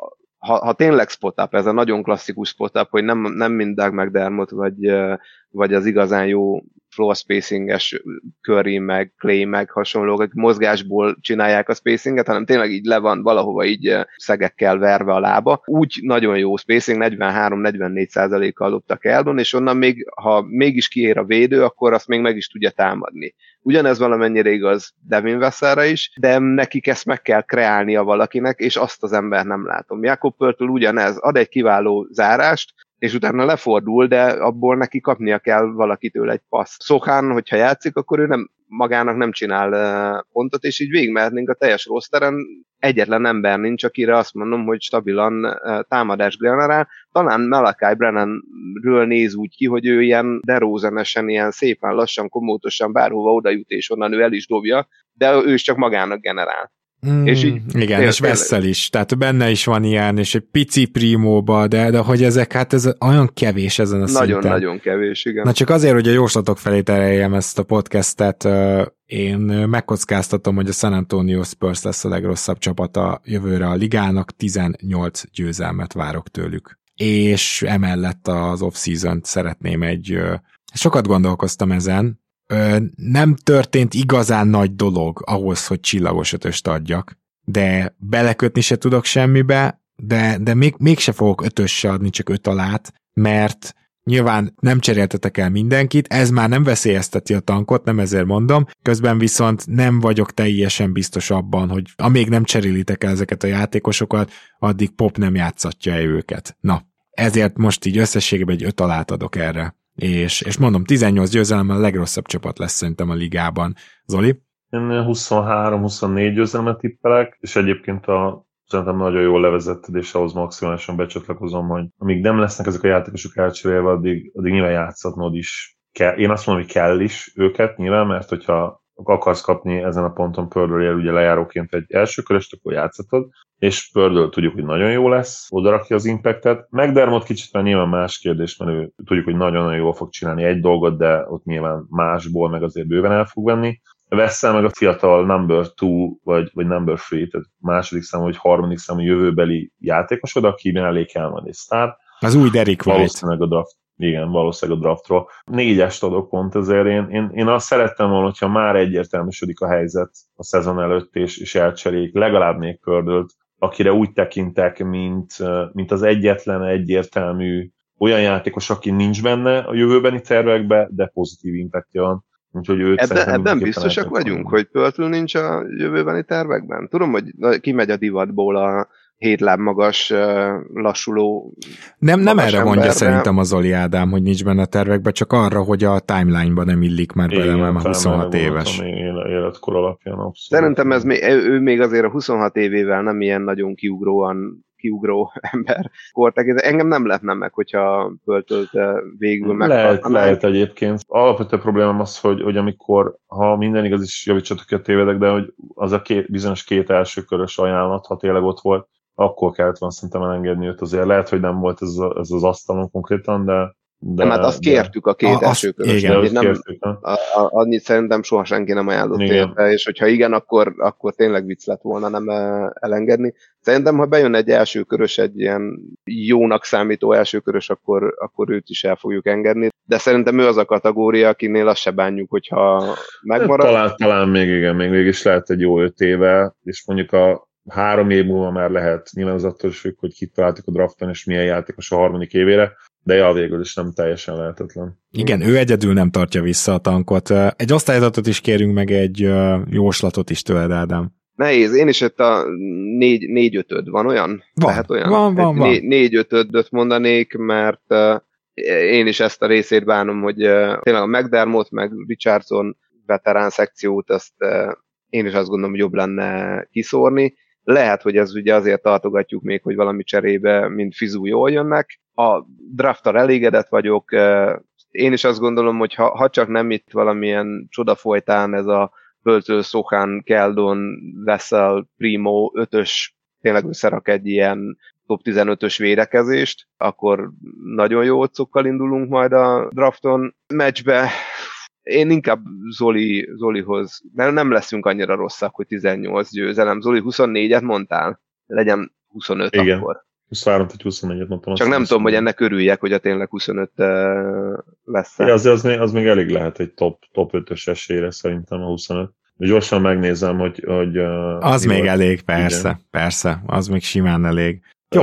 ha tényleg spot-up, ez a nagyon klasszikus spot-up, hogy nem mind Doug McDermott, vagy az igazán jó floor spacinges Curry, meg Clay, meg hasonlók, akik mozgásból csinálják a spacinget, hanem tényleg így le van valahova így szegekkel verve a lába. Úgy nagyon jó spacing, 43-44%-kal lopta Keldon, és onnan még, ha mégis kiér a védő, akkor azt még meg is tudja támadni. Ugyanez valamennyire igaz Devin Vassellre is, de nekik ezt meg kell kreálnia valakinek, és azt az ember nem látom. Jakob Poeltl ugyanez, ad egy kiváló zárást, és utána lefordul, de abból neki kapnia kell valakitől egy passz. Sochan, hogyha játszik, akkor ő magának nem csinál pontot, és így végigmehetnénk a teljes rosteren. Egyetlen ember nincs, akire azt mondom, hogy stabilan támadás generál. Talán Malachi Brannanről néz úgy ki, hogy ő ilyen DeRozan-esen, ilyen szépen lassan, komótosan bárhova oda jut, és onnan ő el is dobja, de ő is csak magának generál. És így, igen, és Vassell is, tehát benne is van ilyen, és egy pici primóba, de hogy ezek, hát ez olyan kevés ezen a szinten. Nagyon-nagyon kevés, igen. Na csak azért, hogy a jóslatok felé tereljem ezt a podcastet, én megkockáztatom, hogy a San Antonio Spurs lesz a legrosszabb csapata jövőre a ligának, 18 győzelmet várok tőlük. És emellett az off-season-t szeretném sokat gondolkoztam ezen, nem történt igazán nagy dolog ahhoz, hogy csillagos ötöst adjak, de belekötni se tudok semmibe, de mégse fogok ötösse adni, csak 5 alát, mert nyilván nem cseréltetek el mindenkit, ez már nem veszélyezteti a tankot, nem ezért mondom, közben viszont nem vagyok teljesen biztos abban, hogy amíg nem cserélitek el ezeket a játékosokat, addig Pop nem játszatja őket. Na, ezért most így összességében egy 5 alát adok erre. És mondom, 18 győzelemmel a legrosszabb csapat lesz szerintem a ligában. Zoli? Én 23-24 győzelmet tippelek, és egyébként szerintem nagyon jól levezetted, és ahhoz maximálisan becsatlakozom, hogy amíg nem lesznek ezek a játékosok elcserélve, addig nyilván játszatnod is kell. Én azt mondom, hogy kell is őket nyilván, mert hogyha akarsz kapni ezen a ponton Pördöl ugye lejáróként egy első köröst, akkor játszatod, és Pördöl tudjuk, hogy nagyon jó lesz, odarakja az impactet. McDermott kicsit már nyilván más kérdés, mert ő tudjuk, hogy nagyon-nagyon jól fog csinálni egy dolgot, de ott nyilván másból meg azért bőven el fog venni. Vesszel meg a fiatal number 2 vagy number 3, tehát második számú vagy harmadik számú jövőbeli játékosod, aki mellé kell majd egy sztár. Az új Derrick White. Valószínűleg a draft. Igen, valószínűleg a draftról. 4-est adok pont ezért. Én azt szerettem volna, hogyha már egyértelműsödik a helyzet a szezon előtt, és elcserélik legalább még Pördölt, akire úgy tekintek, mint az egyetlen egyértelmű olyan játékos, aki nincs benne a jövőbeni tervekbe, de pozitív impactja van. Úgyhogy őt ebben biztosak vagyunk, hogy Pördöl nincs a jövőbeni tervekben? Tudom, hogy kimegy a divatból a 7 láb magas, lassuló... Nem erre mondja szerintem az Zoli Ádám, hogy nincs benne a tervekben, csak arra, hogy a timeline-ban nem illik már bele, mert már 26 éves. Életkor alapján abszolút. Szerintem ő még azért a 26 évével nem ilyen nagyon kiugró ember korták. Engem nem lepne meg, hogyha Pördölt végül megtartanák. Lehet egyébként. Alapvető problémám az, hogy amikor, ha minden igaz is javítsatok, hogy tévedek, de hogy az a bizonyos 2 első körös ajánlat, ha tényleg ott volt, akkor kellett volna szerintem elengedni őt azért. Lehet, hogy nem volt ez az asztalon konkrétan, de hát azt kértük a 2 első körös. Annyit szerintem soha senki nem ajánlott érte, és hogyha igen, akkor tényleg vicc lett volna nem elengedni. Szerintem, ha bejön egy első körös, egy ilyen jónak számító első körös, akkor őt is el fogjuk engedni. De szerintem ő az a kategória, akinél azt se bánjuk, hogyha megmarad. Talán még is lehet egy jó 5 éve, és mondjuk a 3 év múlva már lehet, nyilván az attól is függ, hogy kit találtuk a drafton, és milyen játékos a 3. évére, de végül is nem teljesen lehetetlen. Igen, ő egyedül nem tartja vissza a tankot. Egy osztályzatot is kérünk, meg egy jóslatot is tőled, Ádám. Nehéz, én is itt a 4-5-öd van olyan? Van, lehet olyan? Van. 4-5-öt mondanék, mert én is ezt a részét bánom, hogy tényleg a McDermott, meg Richardson veterán szekciót, azt én is azt gondolom, hogy jobb lenne kiszórni. Lehet, hogy ez ugye azért tartogatjuk még, hogy valami cserébe, mint fizú jól jönnek. A drafttal elégedett vagyok. Én is azt gondolom, hogy ha csak nem itt valamilyen csoda folytán ez a Böltő, Sohan, Keldon, Vessel, Primo, 5-ös tényleg összerak egy ilyen top 15-ös védekezést, akkor nagyon jó otcokkal indulunk majd a drafton. Meccsbe én inkább Zolihoz, nem leszünk annyira rosszak, hogy 18 győzelem. Zoli 24-et mondtál? Legyen 25 igen. Akkor. 23-24-et mondtam. Csak nem tudom, hogy ennek örüljek, hogy a tényleg 25 lesz. Ja, az még elég lehet egy top 5-ös esélyre szerintem a 25. De gyorsan megnézem, hogy az még elég, persze, az még simán elég.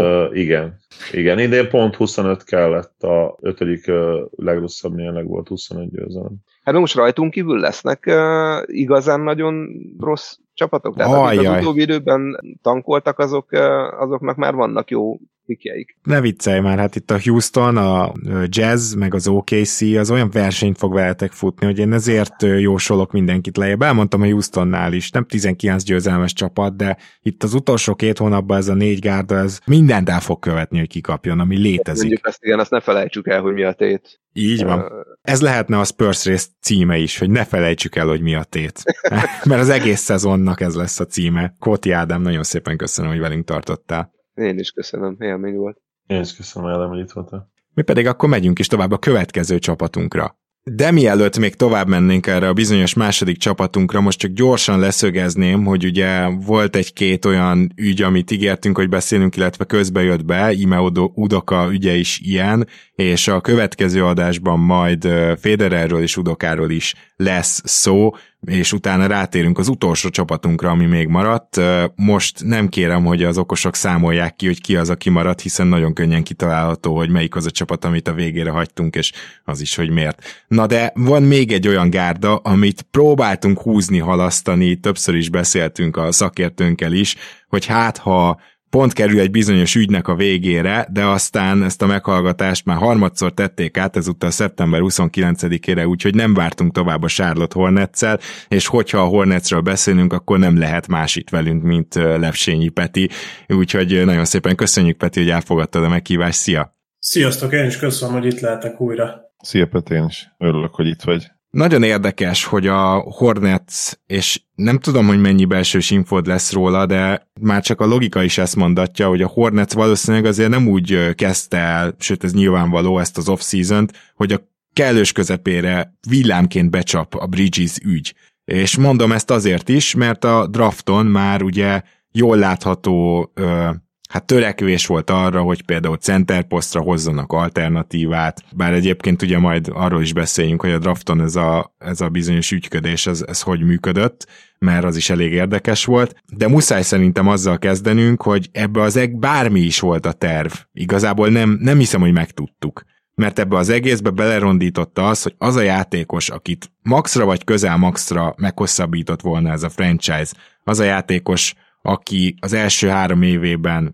Igen, idén pont 25 kellett, a 5. legrosszabb mérleg volt 25 győzelem. Hát most rajtunk kívül lesznek igazán nagyon rossz csapatok? Tehát az utóbbi időben tankoltak, azoknak már vannak jó pikjeik. Ne viccelj már, hát itt a Houston, a Jazz, meg az OKC az olyan versenyt fog veletek futni, hogy én ezért jósolok mindenkit lejjebb. Elmondtam a Houstonnál is, nem 19 győzelmes csapat, de itt az utolsó 2 hónapban ez a 4 gárda, ez mindent el fog követni, hogy kikapjon, ami létezik. Mondjuk ezt igen, azt ne felejtsük el, hogy mi a tét. Így van. Ez lehetne a Spurs Race címe is, hogy ne felejtsük el, hogy mi a tét. Mert az egész szezonnak ez lesz a címe. Kóti Ádám, nagyon szépen köszönöm, hogy velünk tartottál. Én is köszönöm, élmény volt. Én is köszönöm, Ádám, hogy itt voltál. Mi pedig akkor megyünk is tovább a következő csapatunkra. De mielőtt még tovább mennénk erre a bizonyos második csapatunkra, most csak gyorsan leszögezném, hogy ugye volt egy-két olyan ügy, amit ígértünk, hogy beszélünk, illetve közbe jött be, Ime Udoka ügye is ilyen, és a következő adásban majd Federerről és Udokáról is lesz szó, és utána rátérünk az utolsó csapatunkra, ami még maradt. Most nem kérem, hogy az okosok számolják ki, hogy ki az, aki maradt, hiszen nagyon könnyen kitalálható, hogy melyik az a csapat, amit a végére hagytunk, és az is, hogy miért. Na de van még egy olyan gárda, amit próbáltunk húzni, halasztani, többször is beszéltünk a szakértőnkkel is, hogy hát ha pont kerül egy bizonyos ügynek a végére, de aztán ezt a meghallgatást már harmadszor tették át, ezúttal szeptember 29-ére, úgyhogy nem vártunk tovább a Charlotte Hornetszel, és hogyha a Hornetsről beszélünk, akkor nem lehet más itt velünk, mint Lepsényi Peti. Úgyhogy nagyon szépen köszönjük, Peti, hogy elfogadtad a meghívást. Szia! Sziasztok, én is köszönöm, hogy itt lehetek újra. Szia, Peti, én is örülök, hogy itt vagy. Nagyon érdekes, hogy a Hornets, és nem tudom, hogy mennyi belsős infód lesz róla, de már csak a logika is ezt mondatja, hogy a Hornets valószínűleg azért nem úgy kezdte el, sőt ez nyilvánvaló ezt az off-season-t, hogy a kellős közepére villámként becsap a Bridges ügy. És mondom ezt azért is, mert a drafton már ugye jól látható törekvés volt arra, hogy például centerposztra hozzanak alternatívát, bár egyébként ugye majd arról is beszéljünk, hogy a drafton ez a bizonyos ügyködés, ez hogy működött, mert az is elég érdekes volt, de muszáj szerintem azzal kezdenünk, hogy ebbe az bármi is volt a terv. Igazából nem hiszem, hogy megtudtuk. Mert ebbe az egészbe belerondította az, hogy az a játékos, akit maxra vagy közel maxra meghosszabbított volna ez a franchise, az a játékos, aki az első 3 évében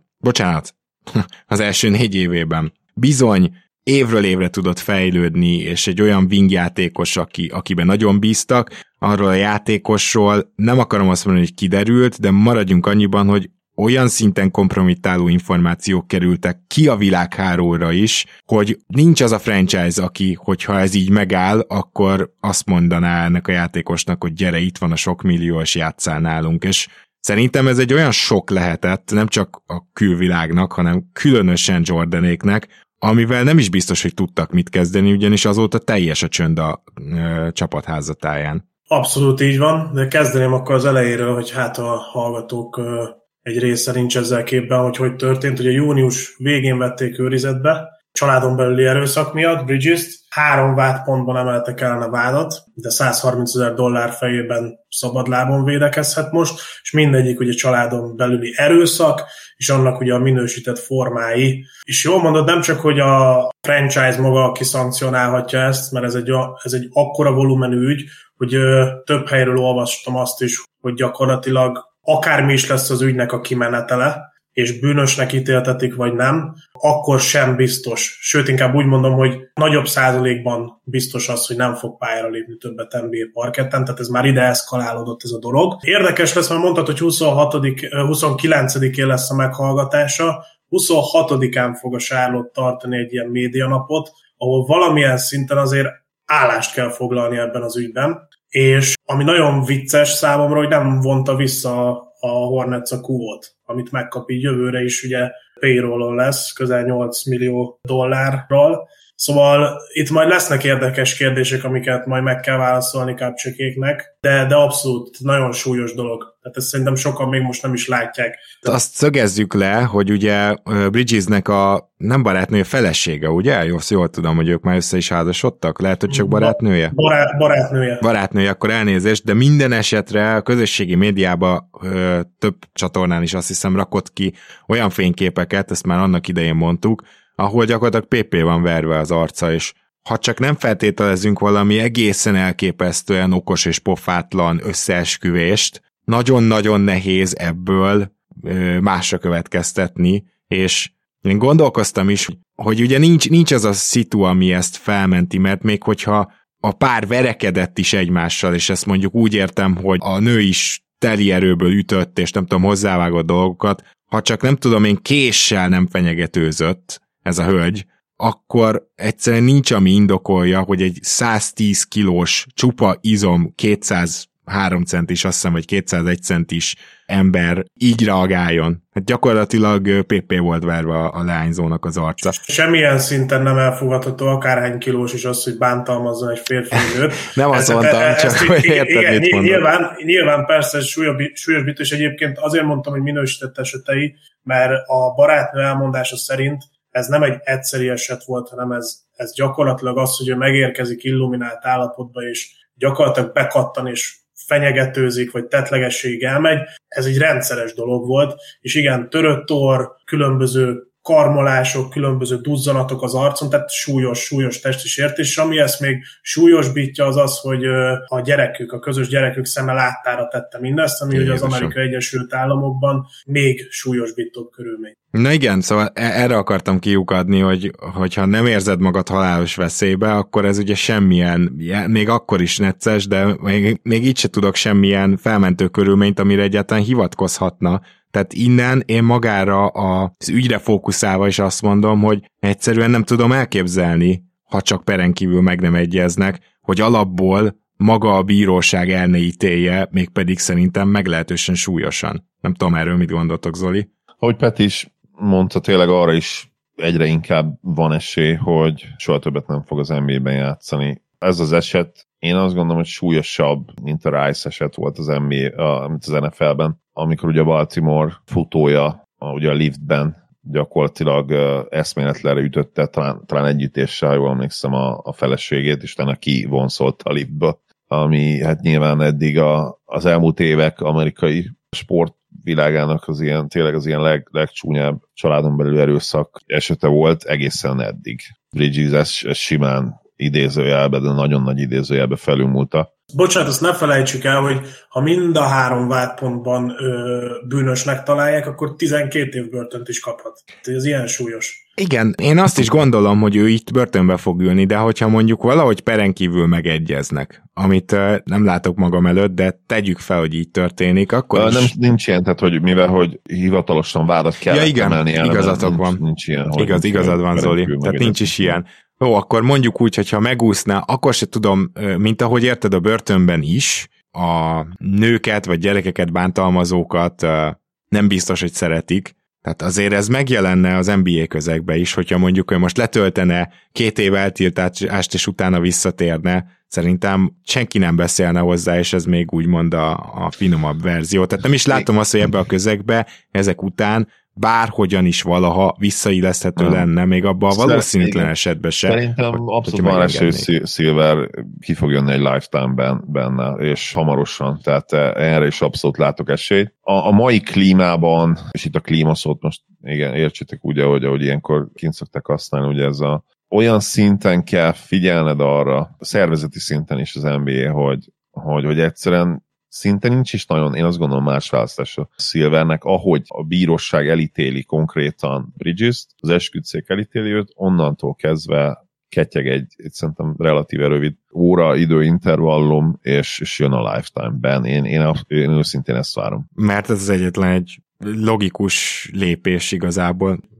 az első 4 évében bizony évről évre tudott fejlődni, és egy olyan wingjátékos, akiben nagyon bíztak, arról a játékosról nem akarom azt mondani, hogy kiderült, de maradjunk annyiban, hogy olyan szinten kompromittáló információk kerültek ki a világhálóra is, hogy nincs az a franchise, aki, hogyha ez így megáll, akkor azt mondaná ennek a játékosnak, hogy gyere, itt van a sok milliós, játsszál nálunk, és szerintem ez egy olyan sok lehetett, nem csak a külvilágnak, hanem különösen Jordanéknek, amivel nem is biztos, hogy tudtak mit kezdeni, ugyanis azóta teljes a csönd a csapatházatáján. Abszolút így van, de kezdeném akkor az elejéről, hogy hát a hallgatók egy része nincs ezzel képben, hogy történt. Ugye június végén vették őrizetbe, családon belüli erőszak miatt Bridges-t, 3 vádpontban emeltek ellen a vádat, de $130,000 fejében szabadlábon védekezhet most, és mindegyik ugye családon belüli erőszak, és annak ugye a minősített formái. És jól mondod, nem csak, hogy a franchise maga kiszankcionálhatja ezt, mert ez egy akkora volumenű ügy, hogy több helyről olvastam azt is, hogy gyakorlatilag akármi is lesz az ügynek a kimenetele, és bűnösnek ítéltetik, vagy nem, akkor sem biztos. Sőt, inkább úgy mondom, hogy nagyobb százalékban biztos az, hogy nem fog pályára lépni többet NBA parketten, tehát ez már ide eszkalálódott ez a dolog. Érdekes lesz, mert mondtad, hogy 29-én lesz a meghallgatása, 26-án fog a Charlotte tartani egy ilyen médianapot, ahol valamilyen szinten azért állást kell foglalni ebben az ügyben. és ami nagyon vicces számomra, hogy nem vonta vissza a Hornets a QO-t, amit megkap így jövőre is, ugye payroll-on lesz, közel $8 millió. Szóval itt majd lesznek érdekes kérdések, amiket majd meg kell válaszolni Kupcsakéknek, de abszolút nagyon súlyos dolog. Tehát ezt szerintem sokan még most nem is látják. Azt szögezzük le, hogy ugye Bridgesnek a nem barátnője, felesége, ugye? Jól tudom, hogy ők már össze is házasodtak? Lehet, hogy csak barátnője? Barátnője. Barátnője, akkor elnézést, de minden esetre a közösségi médiában több csatornán is azt hiszem rakott ki olyan fényképeket, ezt már annak idején mondtuk, ahol gyakorlatilag PP van verve az arca, és ha csak nem feltételezünk valami egészen elképesztően okos és pofátlan összeesküvést, nagyon-nagyon nehéz ebből másra következtetni, és én gondolkoztam is, hogy ugye nincs az a szitu, ami ezt felmenti, mert még hogyha a pár verekedett is egymással, és ezt mondjuk úgy értem, hogy a nő is teli erőből ütött, és nem tudom, hozzávágott dolgokat, ha csak nem tudom én késsel nem fenyegetőzött ez a hölgy, akkor egyszerűen nincs, ami indokolja, hogy egy 110 kilós csupa izom 203 centis, azt hiszem, vagy 201 centis ember így reagáljon. Hát gyakorlatilag PP volt verve a leányzónak az arca. Semmilyen szinten nem elfogadható, akárhány kilós is az, hogy bántalmazzon egy férfi nőt. Nem azt mondtam, csak hogy érted, mit mondod. Nyilván persze súlyosbító, és egyébként azért mondtam, hogy minősített esetei, mert a barátnő elmondása szerint ez nem egy egyszeri eset volt, hanem ez gyakorlatilag az, hogy ő megérkezik illuminált állapotba, és gyakorlatilag bekattan, és fenyegetőzik, vagy tetlegességig elmegy. Ez egy rendszeres dolog volt, és igen, törött orr, különböző karmolások, különböző duzzanatok az arcon, tehát súlyos testi sértés, és ami ezt még súlyosbítja az, hogy a közös gyerekük szeme láttára tette mindezt, ami ugye az Amerikai Egyesült Államokban még súlyosbítóbb körülmény. Na igen, szóval erre akartam kiukadni, hogyha nem érzed magad halálos veszélybe, akkor ez ugye semmilyen, még akkor is necces, de még így se tudok semmilyen felmentő körülményt, amire egyáltalán hivatkozhatna. Tehát innen én magára az ügyre fókuszálva is azt mondom, hogy egyszerűen nem tudom elképzelni, ha csak peren kívül meg nem egyeznek, hogy alapból maga a bíróság el ne ítélje, mégpedig szerintem meglehetősen súlyosan. Nem tudom, erről mit gondoltok, Zoli? Hogy Peti is mondta, tényleg arra is egyre inkább van esély, hogy soha többet nem fog az NBA-ben játszani. Ez az eset, én azt gondolom, hogy súlyosabb, mint a Rice eset volt az NBA, mint az NFL-ben, amikor ugye a Baltimore futója, ugye a liftben gyakorlatilag eszméletlenre ütötte, talán együttéssel, jól emlékszem, a feleségét, és utána kivonszolta a liftbe, ami hát nyilván eddig az elmúlt évek amerikai sportvilágának tényleg az ilyen legcsúnyább családon belül erőszak esete volt egészen eddig. Bridges ez simán idézőjelbe, de nagyon nagy idézőjelbe felülmúlta. Bocsánat, azt ne felejtsük el, hogy ha mind a 3 vádpontban bűnösnek találják, akkor 12 év börtönt is kaphat. Ez ilyen súlyos. Igen, én azt is gondolom, hogy ő itt börtönbe fog ülni, de hogyha mondjuk valahogy peren kívül megegyeznek, amit nem látok magam előtt, de tegyük fel, hogy így történik, akkor nincs ilyen, tehát hogy mivel hogy hivatalosan vádat kell emelni. Igazatok van. Nincs ilyen, igazad van, Zoli. Tehát nincs is ilyen. Jó, akkor mondjuk úgy, hogyha megúszná, akkor se tudom, mint ahogy érted a börtönben is, a nőket vagy gyerekeket bántalmazókat nem biztos, hogy szeretik. Tehát azért ez megjelenne az NBA közegbe is, hogyha mondjuk ő most letöltene 2 év eltiltást, és utána visszatérne, szerintem senki nem beszélne hozzá, és ez még úgymond a finomabb verzió. Tehát nem is látom azt, hogy ebbe a közegbe ezek után bárhogyan is valaha visszailleszthető lenne, még abban a valószínűtlen esetben se. Szerintem abszolút van esély, hogy Silver ki fog jönni egy lifetime benne, és hamarosan, tehát erre is abszolút látok esélyt. A mai klímában, és itt a klímaszót most igen, értsétek úgy, ahogy ilyenkor kint szokták használni, ugye ez olyan szinten kell figyelned arra, a szervezeti szinten is az NBA, hogy egyszerűen szinte nincs is nagyon, én azt gondolom, más választás a Silvernek, ahogy a bíróság elítéli konkrétan Bridges-t, az esküdtszék elítéli őt, onnantól kezdve ketyeg egy szerintem relatíve rövid időintervallum, és jön a lifetime-ben. Én őszintén ezt várom. Mert ez az egyetlen egy logikus lépés igazából.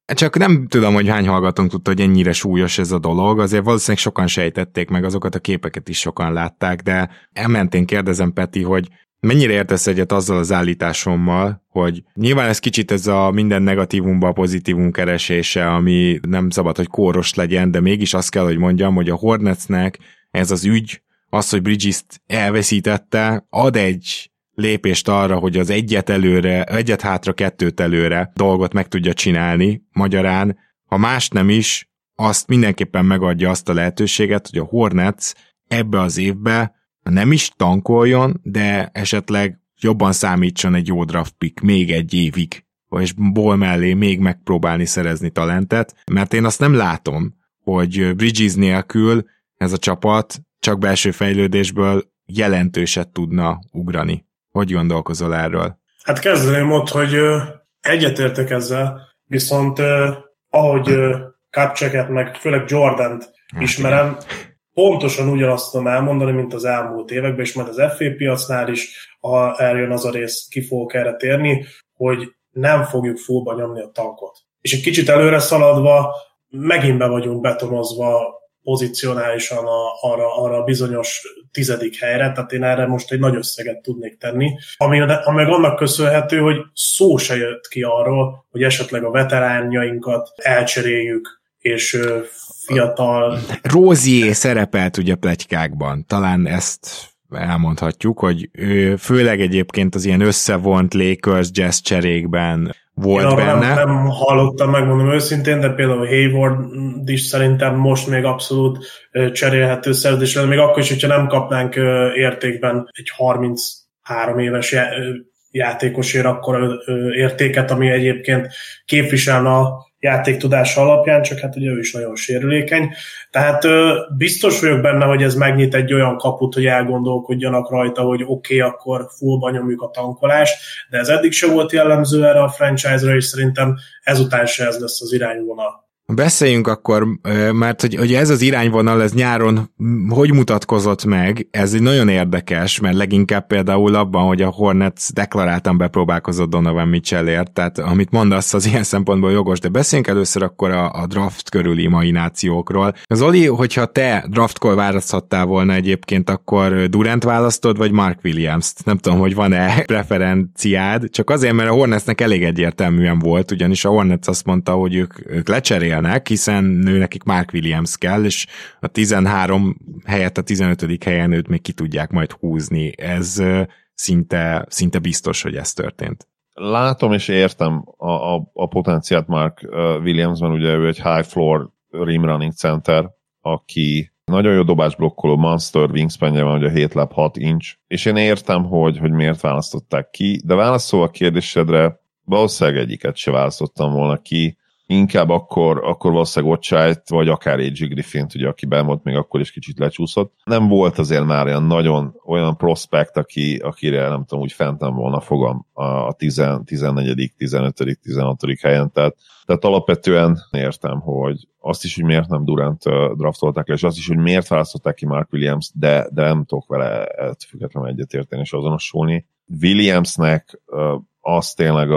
Csak nem tudom, hogy hány hallgatónk tudta, hogy ennyire súlyos ez a dolog, azért valószínűleg sokan sejtették meg, azokat a képeket is sokan látták, de ementén kérdezem, Peti, hogy mennyire értesz egyet azzal az állításommal, hogy nyilván ez kicsit ez a minden negatívumban pozitívum keresése, ami nem szabad, hogy kóros legyen, de mégis azt kell, hogy mondjam, hogy a Hornetsnek ez az ügy, az, hogy Bridges-t elveszítette, ad egy lépést arra, hogy az egyet hátra, kettőt előre dolgot meg tudja csinálni. Magyarán, ha más nem is, azt mindenképpen megadja azt a lehetőséget, hogy a Hornets ebbe az évbe nem is tankoljon, de esetleg jobban számítson egy jó draft pick még egy évig, és Ball mellé még megpróbálni szerezni talentet, mert én azt nem látom, hogy Bridges nélkül ez a csapat csak belső fejlődésből jelentőset tudna ugrani. Hogy gondolkozol erről? Hát kezdeném ott, hogy egyetértek ezzel, viszont ahogy Kupcheket meg főleg Jordant ismerem, pontosan ugyanazt tudom elmondani, mint az elmúlt években, és majd az FA piacnál is, ha eljön az a rész, ki fogok erre térni, hogy nem fogjuk fullba nyomni a tankot. És egy kicsit előre szaladva, megint be vagyunk betonozva pozícionálisan arra a bizonyos 10. helyre, tehát én erre most egy nagy összeget tudnék tenni, ami meg annak köszönhető, hogy szó se jött ki arról, hogy esetleg a veteránjainkat elcseréljük, és fiatal... Rozier szerepelt ugye pletykákban, talán ezt elmondhatjuk, hogy ő főleg egyébként az ilyen összevont Lakers Jazz cserékben volt benne. Nem hallottam, megmondom őszintén, de például Hayward is szerintem most még abszolút cserélhető szerződés lenne, még akkor is, hogyha nem kapnánk értékben egy 33 éves játékosért akkor értéket, ami egyébként képviselne a játéktudása alapján, csak hát ugye ő is nagyon sérülékeny. Tehát biztos vagyok benne, hogy ez megnyit egy olyan kaput, hogy elgondolkodjanak rajta, hogy oké, akkor fullba nyomjuk a tankolást, de ez eddig se volt jellemző erre a franchise-ra, és szerintem ezután se ez lesz az irányvonal. Beszéljünk akkor, mert hogy ez az irányvonal, ez nyáron hogy mutatkozott meg, ez egy nagyon érdekes, mert leginkább például abban, hogy a Hornets deklaráltan bepróbálkozott Donovan Mitchellért, tehát amit mondasz, az ilyen szempontból jogos, de beszéljünk először akkor a draft körüli mahinációkról. Zoli, hogyha te draftkor választhattál volna egyébként, akkor Durant választod, vagy Mark Williams-t? Nem tudom, hogy van-e preferenciád, csak azért, mert a Hornetsnek elég egyértelműen volt, ugyanis a Hornets azt mondta, hogy ők lecserélnek, hiszen nekik Mark Williams kell, és a 13 helyett a 15. helyen őt még ki tudják majd húzni. Ez szinte biztos, hogy ez történt. Látom és értem a potenciát Mark Williamsban, ugye ő egy high floor rim running center, aki nagyon jó dobásblokkoló, monster wingspanje van, ugye 7 láb 6 inch, és én értem, hogy miért választották ki, de válaszolva a kérdésedre, valószínűleg egyiket se választottam volna ki, inkább akkor valószínűleg Otchájt, vagy akár AJ Griffint, ugye, aki benn volt, még akkor is kicsit lecsúszott. Nem volt azért már olyan prospekt, akire nem tudom, úgy fentem volna fogam a 14., 15., 16. helyen. Tehát alapvetően értem, hogy azt is, hogy miért nem Durant draftolták le, és azt is, hogy miért választották ki Mark Williams, de nem tudok vele függetlenül egyetérteni és azonosulni. Williamsnek az tényleg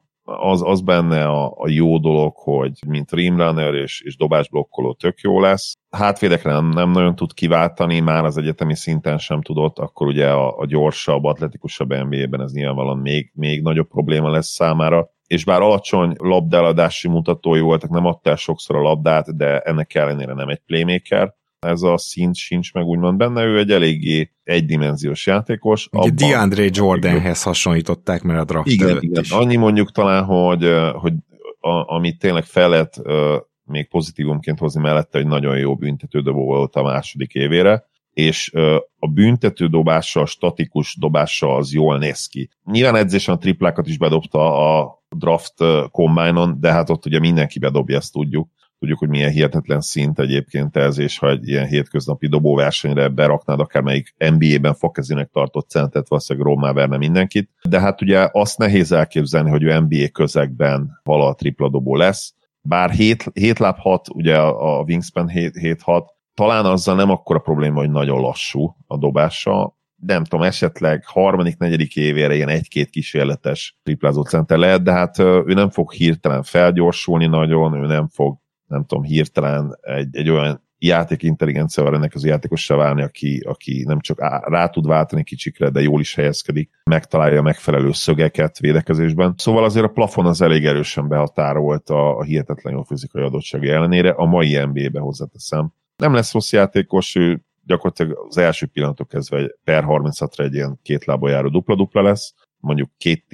az benne a jó dolog, hogy mint rimrunner és dobásblokkoló tök jó lesz. Hátvédekre nem nagyon tud kiváltani, már az egyetemi szinten sem tudott, akkor ugye a gyorsabb, atletikusabb NBA-ben ez nyilvánvalóan még nagyobb probléma lesz számára. És bár alacsony labdeladási mutatói voltak, nem adta sokszor a labdát, de ennek ellenére nem egy playmaker. Ez a szint sincs meg úgymond benne, ő egy eléggé egydimenziós játékos. DeAndre Jordanhez hasonlították, mert a draft igen. Annyi mondjuk talán, hogy amit tényleg fel lehet még pozitívumként hozni mellette, hogy nagyon jó büntetődobó volt a második évére, és a büntetődobása, a statikus dobása az jól néz ki. Nyilván edzésen a triplákat is bedobta a draft combine-on, de hát ott ugye mindenki bedobja, ezt tudjuk. Tudjuk, hogy milyen hihetetlen szint egyébként ez, és ha egy ilyen hétköznapi dobóversenyre beraknád akármelyik NBA-ben fakkezének tartott centet, valószínűleg rommá verne mindenkit. De hát ugye azt nehéz elképzelni, hogy ő NBA közegben vala tripla dobó lesz. Bár 7 láb 6, ugye a wingspan 7-6, talán azzal nem akkora probléma, hogy nagyon lassú a dobása, nem tudom, esetleg harmadik, negyedik évére ilyen egy-két kísérletes triplázó center lehet, de hát ő nem fog hirtelen felgyorsulni nagyon, ő nem fog, nem tudom, hirtelen egy olyan játékintelligenciával rendelkező játékossá válni, aki nem csak rá tud váltani kicsikre, de jól is helyezkedik, megtalálja a megfelelő szögeket védekezésben. Szóval azért a plafon az elég erősen behatárolt a hihetetlen jó fizikai adottsági ellenére, a mai NBA-be hozzáteszem. Nem lesz rossz játékos, ő gyakorlatilag az első pillanatok kezdve per 36-ra egy ilyen két lába járó dupla-dupla lesz, mondjuk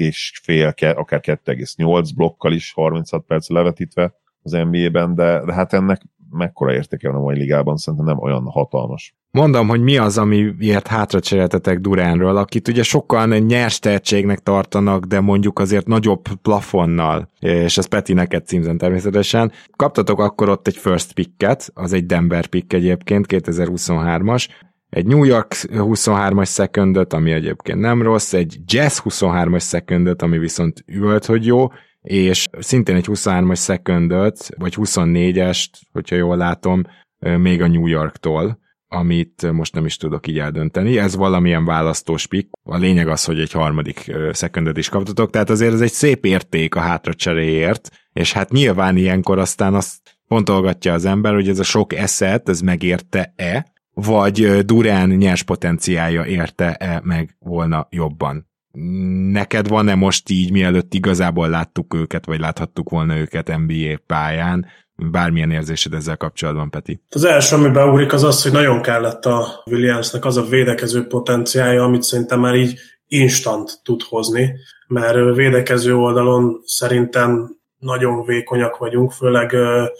2,5, akár 2,8 blokkal is 36 perc levetítve az NBA-ben, de hát ennek mekkora értéke van a mai ligában, szerintem nem olyan hatalmas. Mondom, hogy mi az, amiért hátra cseréltetek Duránról, akit ugye sokan nyers tehetségnek tartanak, de mondjuk azért nagyobb plafonnal, és ez Peti neked címzen természetesen. Kaptatok akkor ott egy first picket, az egy Denver pick egyébként, 2023-as, egy New York 23-as secondot, ami egyébként nem rossz, egy Jazz 23-as secondot, ami viszont üvölt, hogy jó, és szintén egy 23-as secondot, vagy 24-est, hogyha jól látom, még a New Yorktól, amit most nem is tudok így eldönteni. Ez valamilyen választós pick. A lényeg az, hogy egy harmadik secondot is kaptatok, tehát azért ez egy szép érték a hátracseréért, és hát nyilván ilyenkor aztán azt pontolgatja az ember, hogy ez a sok asset, ez megérte-e, vagy Durán nyers potenciálja érte-e meg volna jobban. Neked van-e most így, mielőtt igazából láttuk őket, vagy láthattuk volna őket NBA pályán, bármilyen érzésed ezzel kapcsolatban, Peti? Az első, ami beugrik, az az, hogy nagyon kellett a Williamsnek az a védekező potenciálja, amit szerintem már így instant tud hozni, mert védekező oldalon szerintem nagyon vékonyak vagyunk, főleg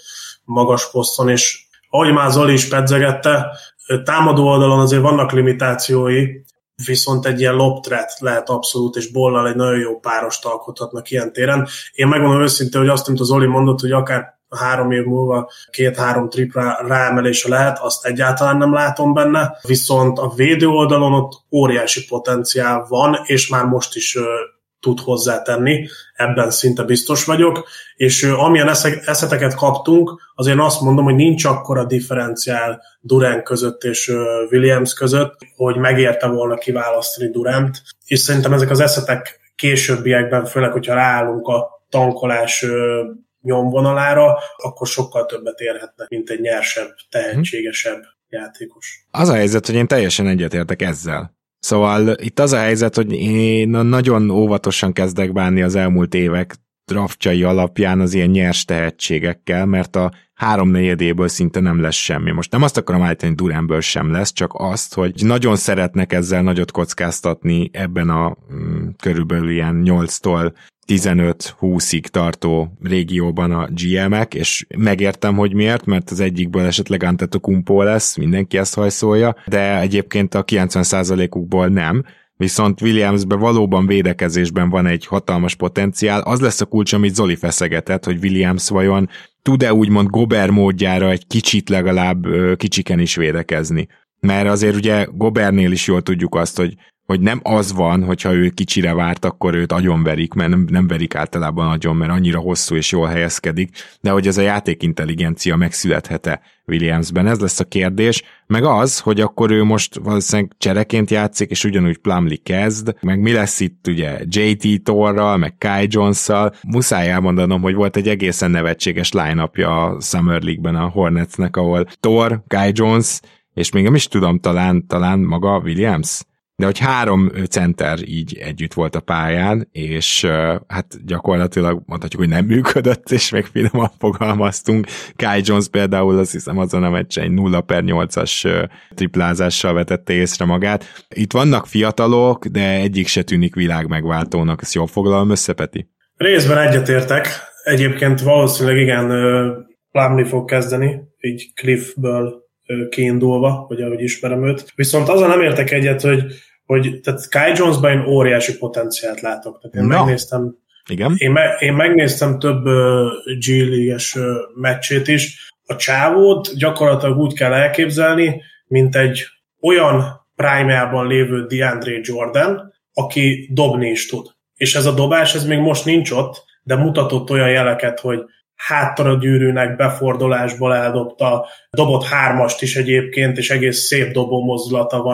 magas poszton, és ahogy már Zoli is pedzegette, támadó oldalon azért vannak limitációi, viszont egy ilyen lob threat lehet abszolút, és Ballal egy nagyon jó párost alkothatnak ilyen téren. Én megmondom őszintén, hogy azt, amit az Zoli mondott, hogy akár 3 év múlva 2-3 tripla ráemelése lehet, azt egyáltalán nem látom benne, viszont a védő oldalon ott óriási potenciál van, és már most is tud hozzátenni, ebben szinte biztos vagyok, és amilyen eszeteket kaptunk, azért azt mondom, hogy nincs akkora differenciál Durant között és Williams között, hogy megérte volna kiválasztani Durant, és szerintem ezek az eszetek későbbiekben, főleg, hogyha ráállunk a tankolás nyomvonalára, akkor sokkal többet érhetnek, mint egy nyersebb, tehetségesebb játékos. Az a helyzet, hogy én teljesen egyetértek ezzel. Szóval itt az a helyzet, hogy én nagyon óvatosan kezdek bánni az elmúlt évek draftjai alapján az ilyen nyers tehetségekkel, mert a 3/4-ből szinte nem lesz semmi. Most nem azt akarom állítani, hogy Durantből sem lesz, csak azt, hogy nagyon szeretnek ezzel nagyot kockáztatni ebben a körülbelül ilyen 8-tól 15-20-ig tartó régióban a GM-ek, és megértem, hogy miért, mert az egyikből esetleg Antetokounmpo lesz, mindenki ezt hajszolja, de egyébként a 90%-ukból nem. Viszont Williamsben valóban védekezésben van egy hatalmas potenciál. Az lesz a kulcs, amit Zoli feszegetett, hogy Williams vajon tud-e úgymond Gobert módjára egy kicsit legalább kicsiken is védekezni. Mert azért ugye Gobertnél is jól tudjuk azt, hogy nem az van, hogyha ő kicsire várt, akkor őt agyonverik, mert nem verik általában agyon, mert annyira hosszú és jól helyezkedik, de hogy ez a játékintelligencia megszülethet-e Williamsben, ez lesz a kérdés, meg az, hogy akkor ő most valószínűleg csereként játszik, és ugyanúgy Plumlee kezd, meg mi lesz itt ugye JT Thorral, meg Kai Jones-szal. Muszáj elmondanom, hogy volt egy egészen nevetséges line-upja a Summer League-ben a Hornetsnek, ahol Thor, Kai Jones, és még nem is tudom, talán maga Williams, de hogy 3 center így együtt volt a pályán, és hát gyakorlatilag mondhatjuk, hogy nem működött, és még finoman fogalmaztunk. Kai Jones például azt hiszem azon a meccsen egy 0/8-as triplázással vetette észre magát. Itt vannak fiatalok, de egyik se tűnik világmegváltónak. Ezt jól foglalom össze, Peti? Részben egyetértek. Egyébként valószínűleg igen, Plumlee fog kezdeni, így Cliffből kiindulva, hogy ahogy ismerem őt. Viszont azon nem értek egyet, hogy tehát Kai Jonesban én óriási potenciált látok. Tehát én megnéztem, igen. Én megnéztem több G League-es meccsét is. A csávót gyakorlatilag úgy kell elképzelni, mint egy olyan prime-ában lévő DeAndre Jordan, aki dobni is tud. És ez a dobás, ez még most nincs ott, de mutatott olyan jeleket, hogy háttal gyűrűnek befordulásból eldobta, dobott 3-ast is egyébként, és egész szép dobó mozdulata van,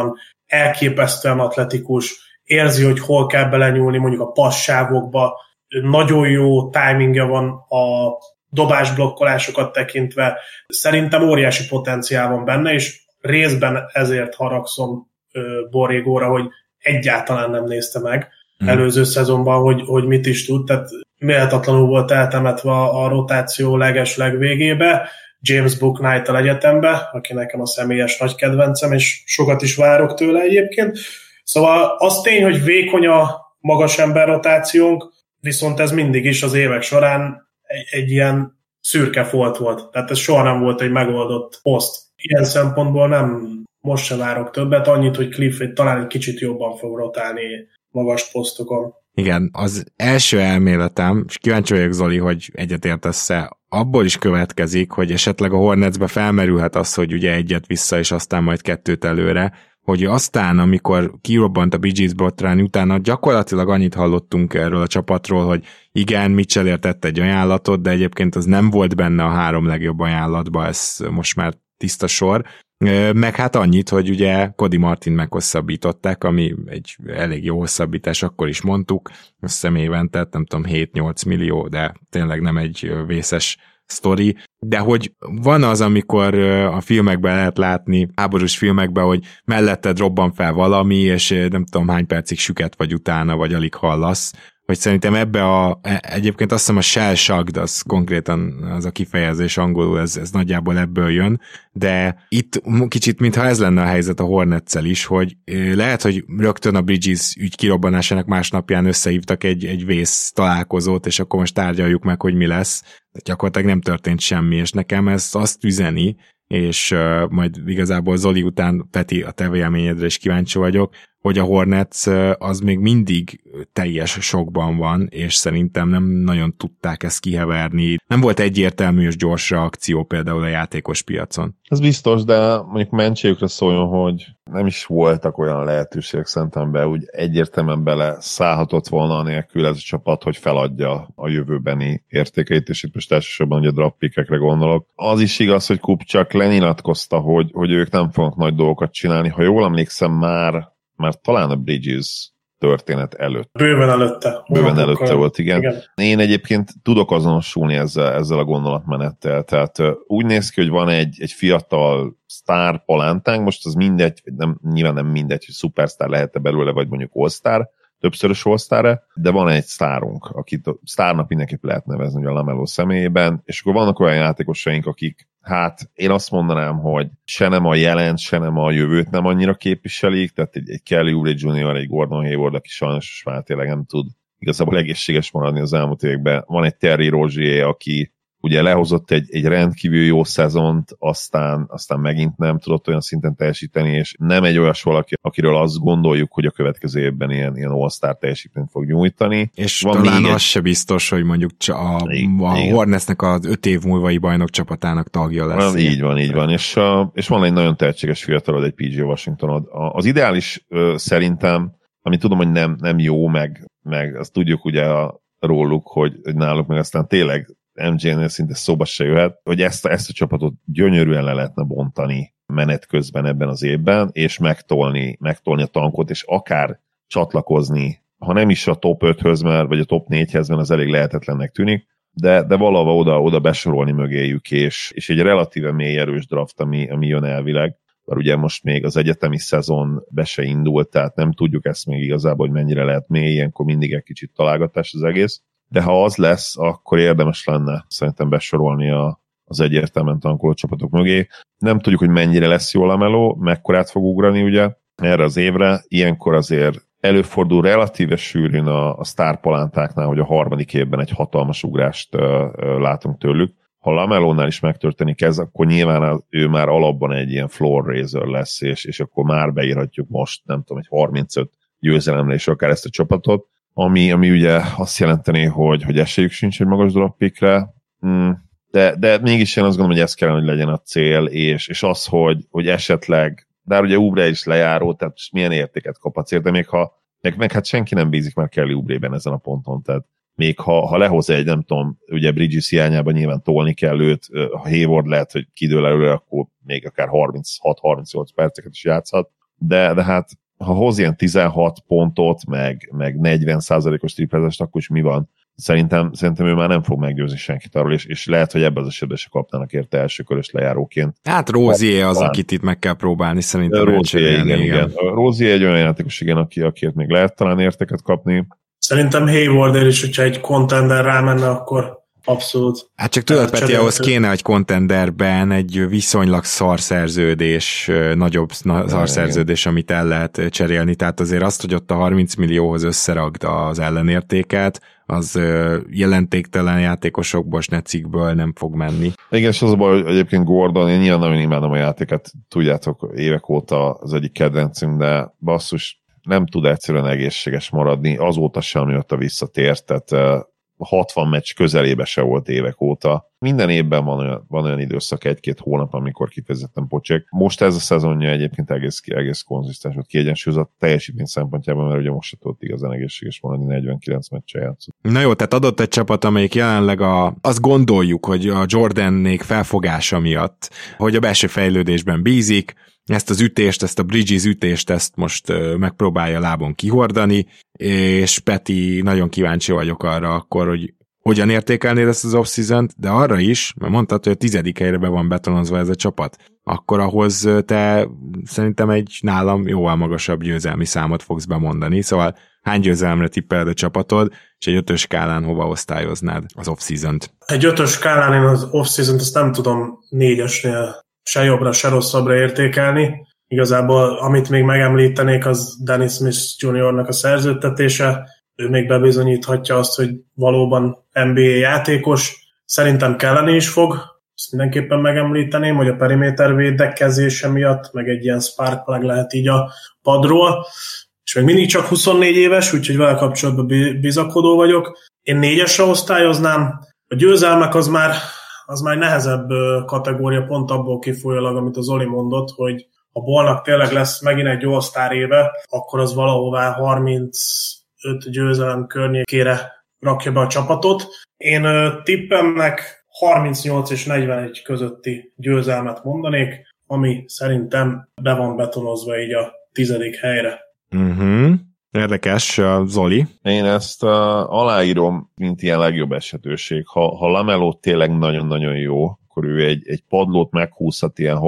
elképesztően atletikus, érzi, hogy hol kell belenyúlni mondjuk a passzávokba, nagyon jó timingja van a dobásblokkolásokat tekintve. Szerintem óriási potenciál van benne, és részben ezért haragszom Borrégóra, hogy egyáltalán nem nézte meg előző szezonban, hogy mit is tud, tehát méltatlanul volt eltemetve a rotáció legvégébe, James Bouknight-tal egyetembe, aki nekem a személyes nagy kedvencem, és sokat is várok tőle egyébként. Szóval az tény, hogy vékony a magas ember rotációnk, viszont ez mindig is az évek során egy ilyen szürke folt volt. Tehát ez soha nem volt egy megoldott poszt. Ilyen szempontból nem, most sem várok többet, annyit, hogy Cliff talán egy kicsit jobban fog rotálni magas posztokon. Igen, az első elméletem, és kíváncsi vagyok, Zoli, hogy egyetértesz-e, abból is következik, hogy esetleg a Hornetsbe felmerülhet az, hogy ugye egyet vissza, és aztán majd kettőt előre, hogy aztán, amikor kirobbant a Bee Gees botrány, utána gyakorlatilag annyit hallottunk erről a csapatról, hogy igen, Mitchellért tett egy ajánlatot, de egyébként az nem volt benne a 3 legjobb ajánlatba, ez most már tiszta sor. Meg hát annyit, hogy ugye Cody Martin meghosszabbították, ami egy elég jó hosszabbítás, akkor is mondtuk, azt hiszem évente, nem tudom, 7-8 millió, de tényleg nem egy vészes sztori, de hogy van az, amikor a filmekben lehet látni, háborús filmekben, hogy melletted robban fel valami, és nem tudom hány percig süket vagy utána, vagy alig hallasz, hogy szerintem egyébként azt hiszem a shell shocked, az konkrétan az a kifejezés angolul, ez nagyjából ebből jön, de itt kicsit mintha ez lenne a helyzet a Hornetszel is, hogy lehet, hogy rögtön a Bridges ügy kirobbanásának másnapján összehívtak egy vész találkozót, és akkor most tárgyaljuk meg, hogy mi lesz, de gyakorlatilag nem történt semmi, és nekem ez azt üzeni, és majd igazából Zoli után, Peti, a te véleményedre is kíváncsi vagyok, hogy a Hornets az még mindig teljes sokban van, és szerintem nem nagyon tudták ezt kiheverni. Nem volt egyértelmű és gyors reakció például a játékos piacon. Ez biztos, de mondjuk mentségükre szóljon, hogy nem is voltak olyan lehetőségek szerintem be, úgy egyértelműen bele szállhatott volna anélkül ez a csapat, hogy feladja a jövőbeni értékeit, és itt most elsősorban ugye a draft pickekre gondolok. Az is igaz, hogy Kupchak lenyilatkozta, hogy ők nem fognak nagy dolgokat csinálni. Ha jól emlékszem, már talán a Bridges történet előtt. Bőven előtte volt, igen. Én egyébként tudok azonosulni ezzel a gondolatmenettel, tehát úgy néz ki, hogy van egy fiatal sztár palántánk, most az mindegy, nyilván nem mindegy, hogy szupersztár lehet-e belőle, vagy mondjuk all-star, többszörös all-star, de van egy sztárunk, akit sztárnak mindenképp lehet nevezni ugye a LaMelo személyében, és akkor vannak olyan játékosaink, akik hát én azt mondanám, hogy se nem a jelent, se nem a jövőt nem annyira képviselik, tehát egy Kelly Oubre Jr., egy Gordon Hayward, aki sajnos már tényleg nem tud igazából egészséges maradni az elmúlt években. Van egy Terry Rozier, aki ugye lehozott egy rendkívül jó szezont, aztán megint nem tudott olyan szinten teljesíteni, és nem egy olyas valaki, akiről azt gondoljuk, hogy a következő évben ilyen all-star teljesítményt fog nyújtani. És van talán az se biztos, hogy mondjuk a Hornetsnek az 5 év múlvai bajnok csapatának tagja lesz. Így van. És van egy nagyon tehetséges fiatalod, egy PJ Washingtonod. Az ideális szerintem, ami tudom, hogy nem jó, meg azt tudjuk ugye róluk, hogy náluk meg aztán tényleg MJ-nél szinte szóba se jöhet, hogy ezt a csapatot gyönyörűen le lehetne bontani menet közben ebben az évben, és megtolni a tankot, és akár csatlakozni, ha nem is a top 5-höz, vagy a top 4-hez, mert az elég lehetetlennek tűnik, de valahol oda besorolni mögéjük, és egy relatíve mély erős draft, ami jön elvileg, mert ugye most még az egyetemi szezon be se indult, tehát nem tudjuk ezt még igazából, hogy mennyire lehet mély, ilyenkor mindig egy kicsit találgatás az egész. De ha az lesz, akkor érdemes lenne szerintem besorolni az egyértelműen tankoló csapatok mögé. Nem tudjuk, hogy mennyire lesz jól LaMelo, mekkorát fog ugrani ugye erre az évre. Ilyenkor azért előfordul relatíve sűrűn a sztárpalántáknál, hogy a harmadik évben egy hatalmas ugrást látunk tőlük. Ha LaMelónál is megtörténik ez, akkor nyilván ő már alapban egy ilyen floor raiser lesz, és akkor már beírhatjuk most, nem tudom, egy 35 győzelemre és akár ezt a csapatot. Ami ugye azt jelenteni, hogy esélyük sincs egy magas draft pickre, de mégis én azt gondolom, hogy ez kellene, hogy legyen a cél, és az, hogy esetleg, de ugye Oubre is lejáró, tehát milyen értéket kap a cél, de még ha, meg hát senki nem bízik már Kelly Oubrében ezen a ponton, tehát még ha lehoz egy, nem tudom, ugye Bridges hiányában nyilván tolni kell őt, ha Hayward lehet, hogy kidől előre, akkor még akár 36-38 perceket is játszhat, de hát ha hoz ilyen 16 pontot, meg 40%-os triplezést, akkor is mi van? Szerintem ő már nem fog meggyőzni senkit arról, és lehet, hogy ebben az esetben se kapnának érte elsőkörös lejáróként. Hát Rozier az, akit itt meg kell próbálni, szerintem. Rozier, igen. Rozier egy olyan játékos, igen, akiért még lehet talán értéket kapni. Szerintem Hayward is, hogyha egy contender rámenne, akkor abszolút. Hát csak tudod, Peti, ahhoz kéne egy contenderben egy viszonylag szarszerződés, nagyobb szarszerződés, amit el lehet cserélni. Tehát azért azt, hogy ott a 30 millióhoz összeragd az ellenértéket, az jelentéktelen játékosokból, snecikből nem fog menni. Igen, és az a baj, hogy egyébként Gordon, én nyilván nagyon imádom a játéket, tudjátok, évek óta az egyik kedvencünk, de basszus, nem tud egyszerűen egészséges maradni, azóta sem, amióta visszatért, tehát 60 meccs közelébe se volt évek óta. Minden évben van olyan időszak, 1-2 hónap, amikor kifejezetten pocsék. Most ez a szezonja egyébként egész konzisztens, hogy kiegyensúlyozott teljesítmény szempontjában, mert ugye most se tudott igazán egészséges maradni, 49 meccsen játszott. Na jó, tehát adott egy csapat, amelyik jelenleg azt gondoljuk, hogy a Jordannék felfogása miatt, hogy a belső fejlődésben bízik, ezt az ütést, ezt a Bridges ütést, ezt most megpróbálja lábon kihordani, és Peti, nagyon kíváncsi vagyok arra akkor, hogy hogyan értékelnéd ezt az off-season-t, de arra is, mert mondtad, hogy a 10. helyre be van betonozva ez a csapat, akkor ahhoz te szerintem egy nálam jóval magasabb győzelmi számot fogsz bemondani, szóval hány győzelemre tippeled a csapatod, és egy 5-ös skálán hova osztályoznád az off-season-t? Egy 5-ös skálán én az off-season-t azt nem tudom 4-esnél se jobbra, se rosszabbra értékelni. Igazából, amit még megemlítenék, az Dennis Smith Jr.-nak a szerződtetése. Ő még bebizonyíthatja azt, hogy valóban NBA játékos. Szerintem kelleni is fog. Ezt mindenképpen megemlíteném, hogy a periméter védekezése miatt, meg egy ilyen spark plug lehet így a padról. És még mindig csak 24 éves, úgyhogy vele kapcsolatban bizakodó vagyok. Én 4-esre osztályoznám. A győzelmek az már nehezebb kategória, pont abból kifolyólag, amit az Zoli mondott, hogy ha Ballnak tényleg lesz megint egy All-Star éve, akkor az valahová 35 győzelem környékére rakja be a csapatot. Én tippemnek 38 és 41 közötti győzelmet mondanék, ami szerintem be van betonozva így a 10. helyre. Érdekes, Zoli. Én ezt aláírom, mint ilyen legjobb esetőség. Ha Lamelo tényleg nagyon-nagyon jó, akkor ő egy padlót meghúzhat ilyen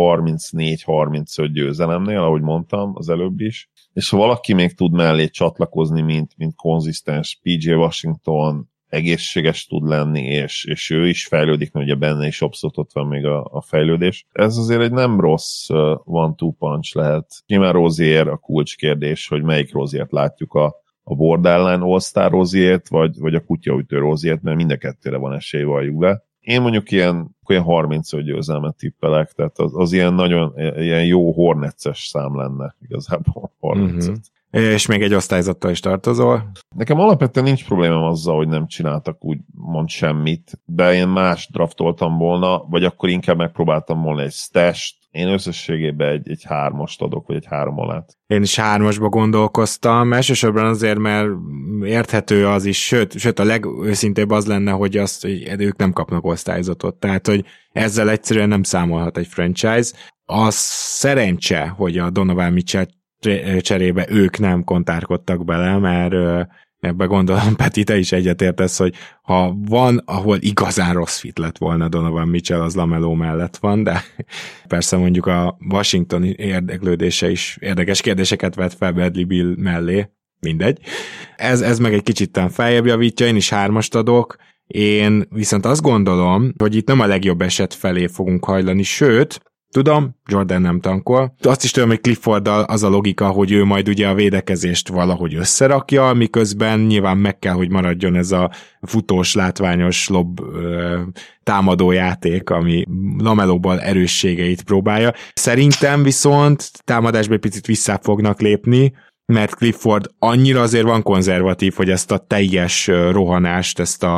34-35 győzelemnél, ahogy mondtam az előbb is. És ha valaki még tud mellé csatlakozni, mint konzisztens PJ Washington, egészséges tud lenni, és ő is fejlődik, mert ugye benne is abszolút ott van még a fejlődés. Ez azért egy nem rossz one-two punch lehet. Nyilván Rozier a kulcskérdés, hogy melyik Roziert látjuk, a borderline all-star Roziert, vagy a kutyaütő Roziert, mert mind a kettőre van esély, valljuk be. Én mondjuk ilyen 35 győzelmet tippelek, tehát az ilyen nagyon ilyen jó Hornets-es szám lenne igazából 35. És még egy osztályzattal is tartozol? Nekem alapvetően nincs problémám azzal, hogy nem csináltak úgymond semmit, de én más draftoltam volna, vagy akkor inkább megpróbáltam volna egy stash-t. Én összességében egy 3-ast adok, vagy egy 3 alát. Én is 3-asba gondolkoztam, elsősorban azért, mert érthető az is, sőt a legőszintébb az lenne, hogy ők nem kapnak osztályzatot, tehát hogy ezzel egyszerűen nem számolhat egy franchise. Az szerencse, hogy a Donovan Mitchell cserébe ők nem kontárkodtak bele, mert ebbe gondolom, Peti, te is egyetértesz, hogy ha van, ahol igazán rossz fit lett volna Donovan Mitchell, az Lamelo mellett van, de persze mondjuk a Washington érdeklődése is érdekes kérdéseket vett fel Bradley Beal mellé, mindegy. Ez meg egy kicsit feljebb javítja, én is 3-ast adok, én viszont azt gondolom, hogy itt nem a legjobb eset felé fogunk hajlani, sőt, tudom, Jordan nem tankol. Azt is tudom, hogy Clifforddal az a logika, hogy ő majd ugye a védekezést valahogy összerakja, miközben nyilván meg kell, hogy maradjon ez a futós, látványos lob támadó játék, ami Lamelóban erősségeit próbálja. Szerintem viszont támadásban egy picit vissza fognak lépni, mert Clifford annyira azért van konzervatív, hogy ezt a teljes rohanást, ezt a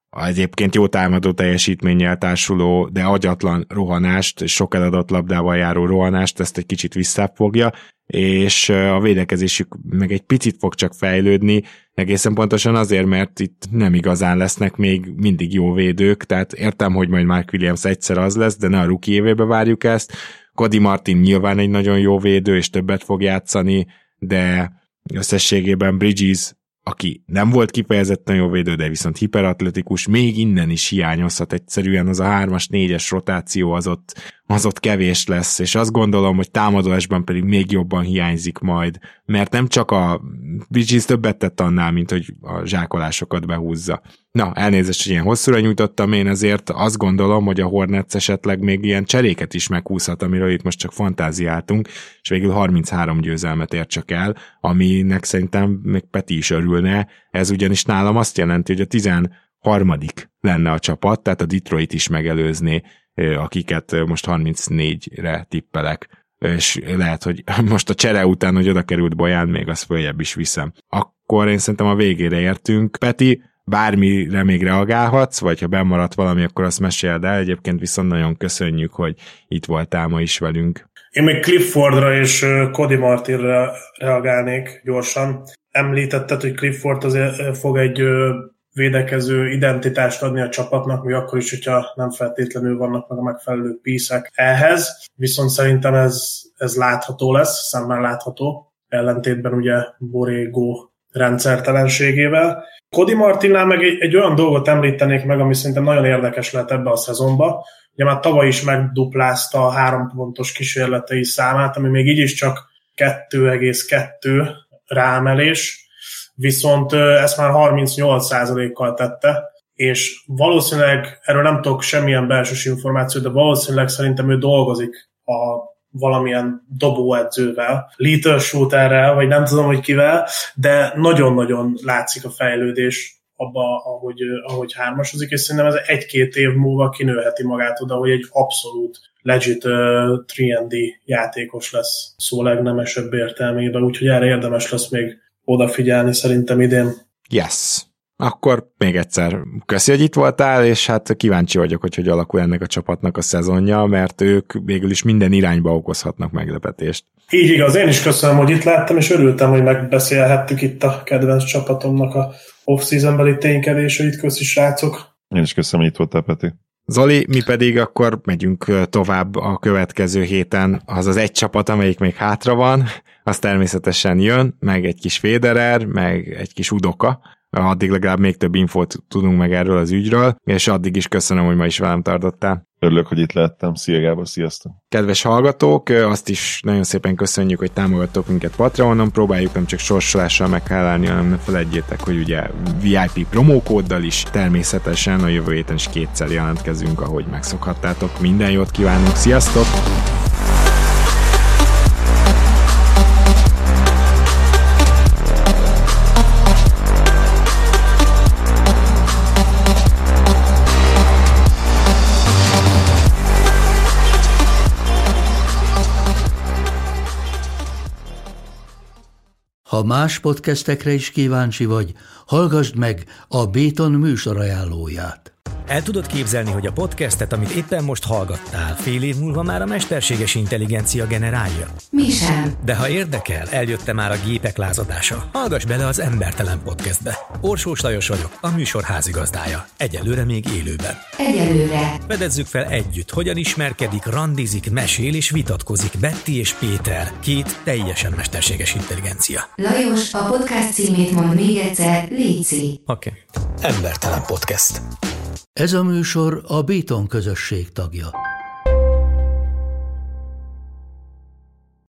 egyébként jó támadó teljesítménnyel társuló, de agyatlan rohanást, sok eladott labdával járó rohanást, ezt egy kicsit visszafogja, és a védekezésük meg egy picit fog csak fejlődni, egészen pontosan azért, mert itt nem igazán lesznek még mindig jó védők, tehát értem, hogy majd Mark Williams egyszer az lesz, de ne a rookie évébe várjuk ezt. Cody Martin nyilván egy nagyon jó védő, és többet fog játszani, de összességében Bridges, aki nem volt kifejezetten jó védő, de viszont hiperatletikus, még innen is hiányozhat egyszerűen, az a 3-as, 4-es rotáció az ott kevés lesz, és azt gondolom, hogy támadásban pedig még jobban hiányzik majd, mert nem csak a Bridges többet tett annál, mint hogy a zsákolásokat behúzza. Na, elnézést, hogy ilyen hosszúra nyújtottam, én ezért azt gondolom, hogy a Hornets esetleg még ilyen cseréket is meghúzhat, amiről itt most csak fantáziáltunk, és végül 33 győzelmet ér csak el, aminek szerintem még Peti is örülne. Ez ugyanis nálam azt jelenti, hogy a 13. lenne a csapat, tehát a Detroit is megelőzné, akiket most 34-re tippelek, és lehet, hogy most a csere után, hogy oda került Bojan, még azt följebb is viszem. Akkor én szerintem a végére értünk. Peti, bármire még reagálhatsz, vagy ha bemaradt valami, akkor azt meséld el. Egyébként viszont nagyon köszönjük, hogy itt voltál ma is velünk. Én még Cliffordra és Cody Martinra reagálnék gyorsan. Említetted, hogy Clifford azért fog egy védekező identitást adni a csapatnak, még akkor is, hogyha nem feltétlenül vannak meg a megfelelő píszek ehhez. Viszont szerintem ez látható lesz, szemmel látható, ellentétben ugye Borrego rendszertelenségével. Cody Martinnál meg egy olyan dolgot említenék meg, ami szerintem nagyon érdekes lehet ebbe a szezonba. Ugye már tavaly is megduplázta a 3 pontos kísérletei számát, ami még így is csak 2,2 ráemelés, viszont ezt már 38%-kal tette, és valószínűleg, erről nem tudok semmilyen belsős információt, de valószínűleg szerintem ő dolgozik a valamilyen dobóedzővel, Little Shooterrel, vagy nem tudom, hogy kivel, de nagyon-nagyon látszik a fejlődés abba, ahogy hármasozik, és szerintem ez 1-2 év múlva kinőheti magát oda, hogy egy abszolút legit 3&D játékos lesz szó legnemesebb értelmében, úgyhogy erre érdemes lesz még odafigyelni szerintem idén. Yes. Akkor még egyszer köszi, hogy itt voltál, és hát kíváncsi vagyok, hogy alakul ennek a csapatnak a szezonja, mert ők végül is minden irányba okozhatnak meglepetést. Így igaz, én is köszönöm, hogy itt láttam, és örültem, hogy megbeszélhettük itt a kedvenc csapatomnak a off-seasonbeli ténykedéseit. Köszi, srácok! Én is köszönöm, hogy itt voltál, Peti. Zoli, mi pedig akkor megyünk tovább a következő héten. Az egy csapat, amelyik még hátra van, az természetesen jön, meg egy kis Federer, meg egy kis Udoka. Addig legalább még több infót tudunk meg erről az ügyről, és addig is köszönöm, hogy ma is velem tartottál. Örülök, hogy itt lehettem. Szia Gábor, sziasztok! Kedves hallgatók, azt is nagyon szépen köszönjük, hogy támogattok minket Patreonon, próbáljuk nem csak sorsolással meghálálni, hanem ne feledjétek, hogy ugye VIP promókóddal is természetesen a jövő héten is 2-szer jelentkezünk, ahogy megszokhattátok. Minden jót kívánunk, sziasztok! Ha más podcastekre is kíváncsi vagy, hallgassd meg a Béton műsor ajánlóját. El tudod képzelni, hogy a podcastet, amit éppen most hallgattál, fél év múlva már a mesterséges intelligencia generálja? Mi sem. De ha érdekel, eljött már a gépek lázadása. Hallgass bele az Embertelen Podcastbe. Orsós Lajos vagyok, a műsor házigazdája. Egyelőre még élőben. Egyelőre. Fedezzük fel együtt, hogyan ismerkedik, randizik, mesél és vitatkozik Betty és Péter, 2 teljesen mesterséges intelligencia. Lajos, a podcast címét mond még egyszer, léci. Oké. Embertelen Podcast. Ez a műsor a Béton közösség tagja.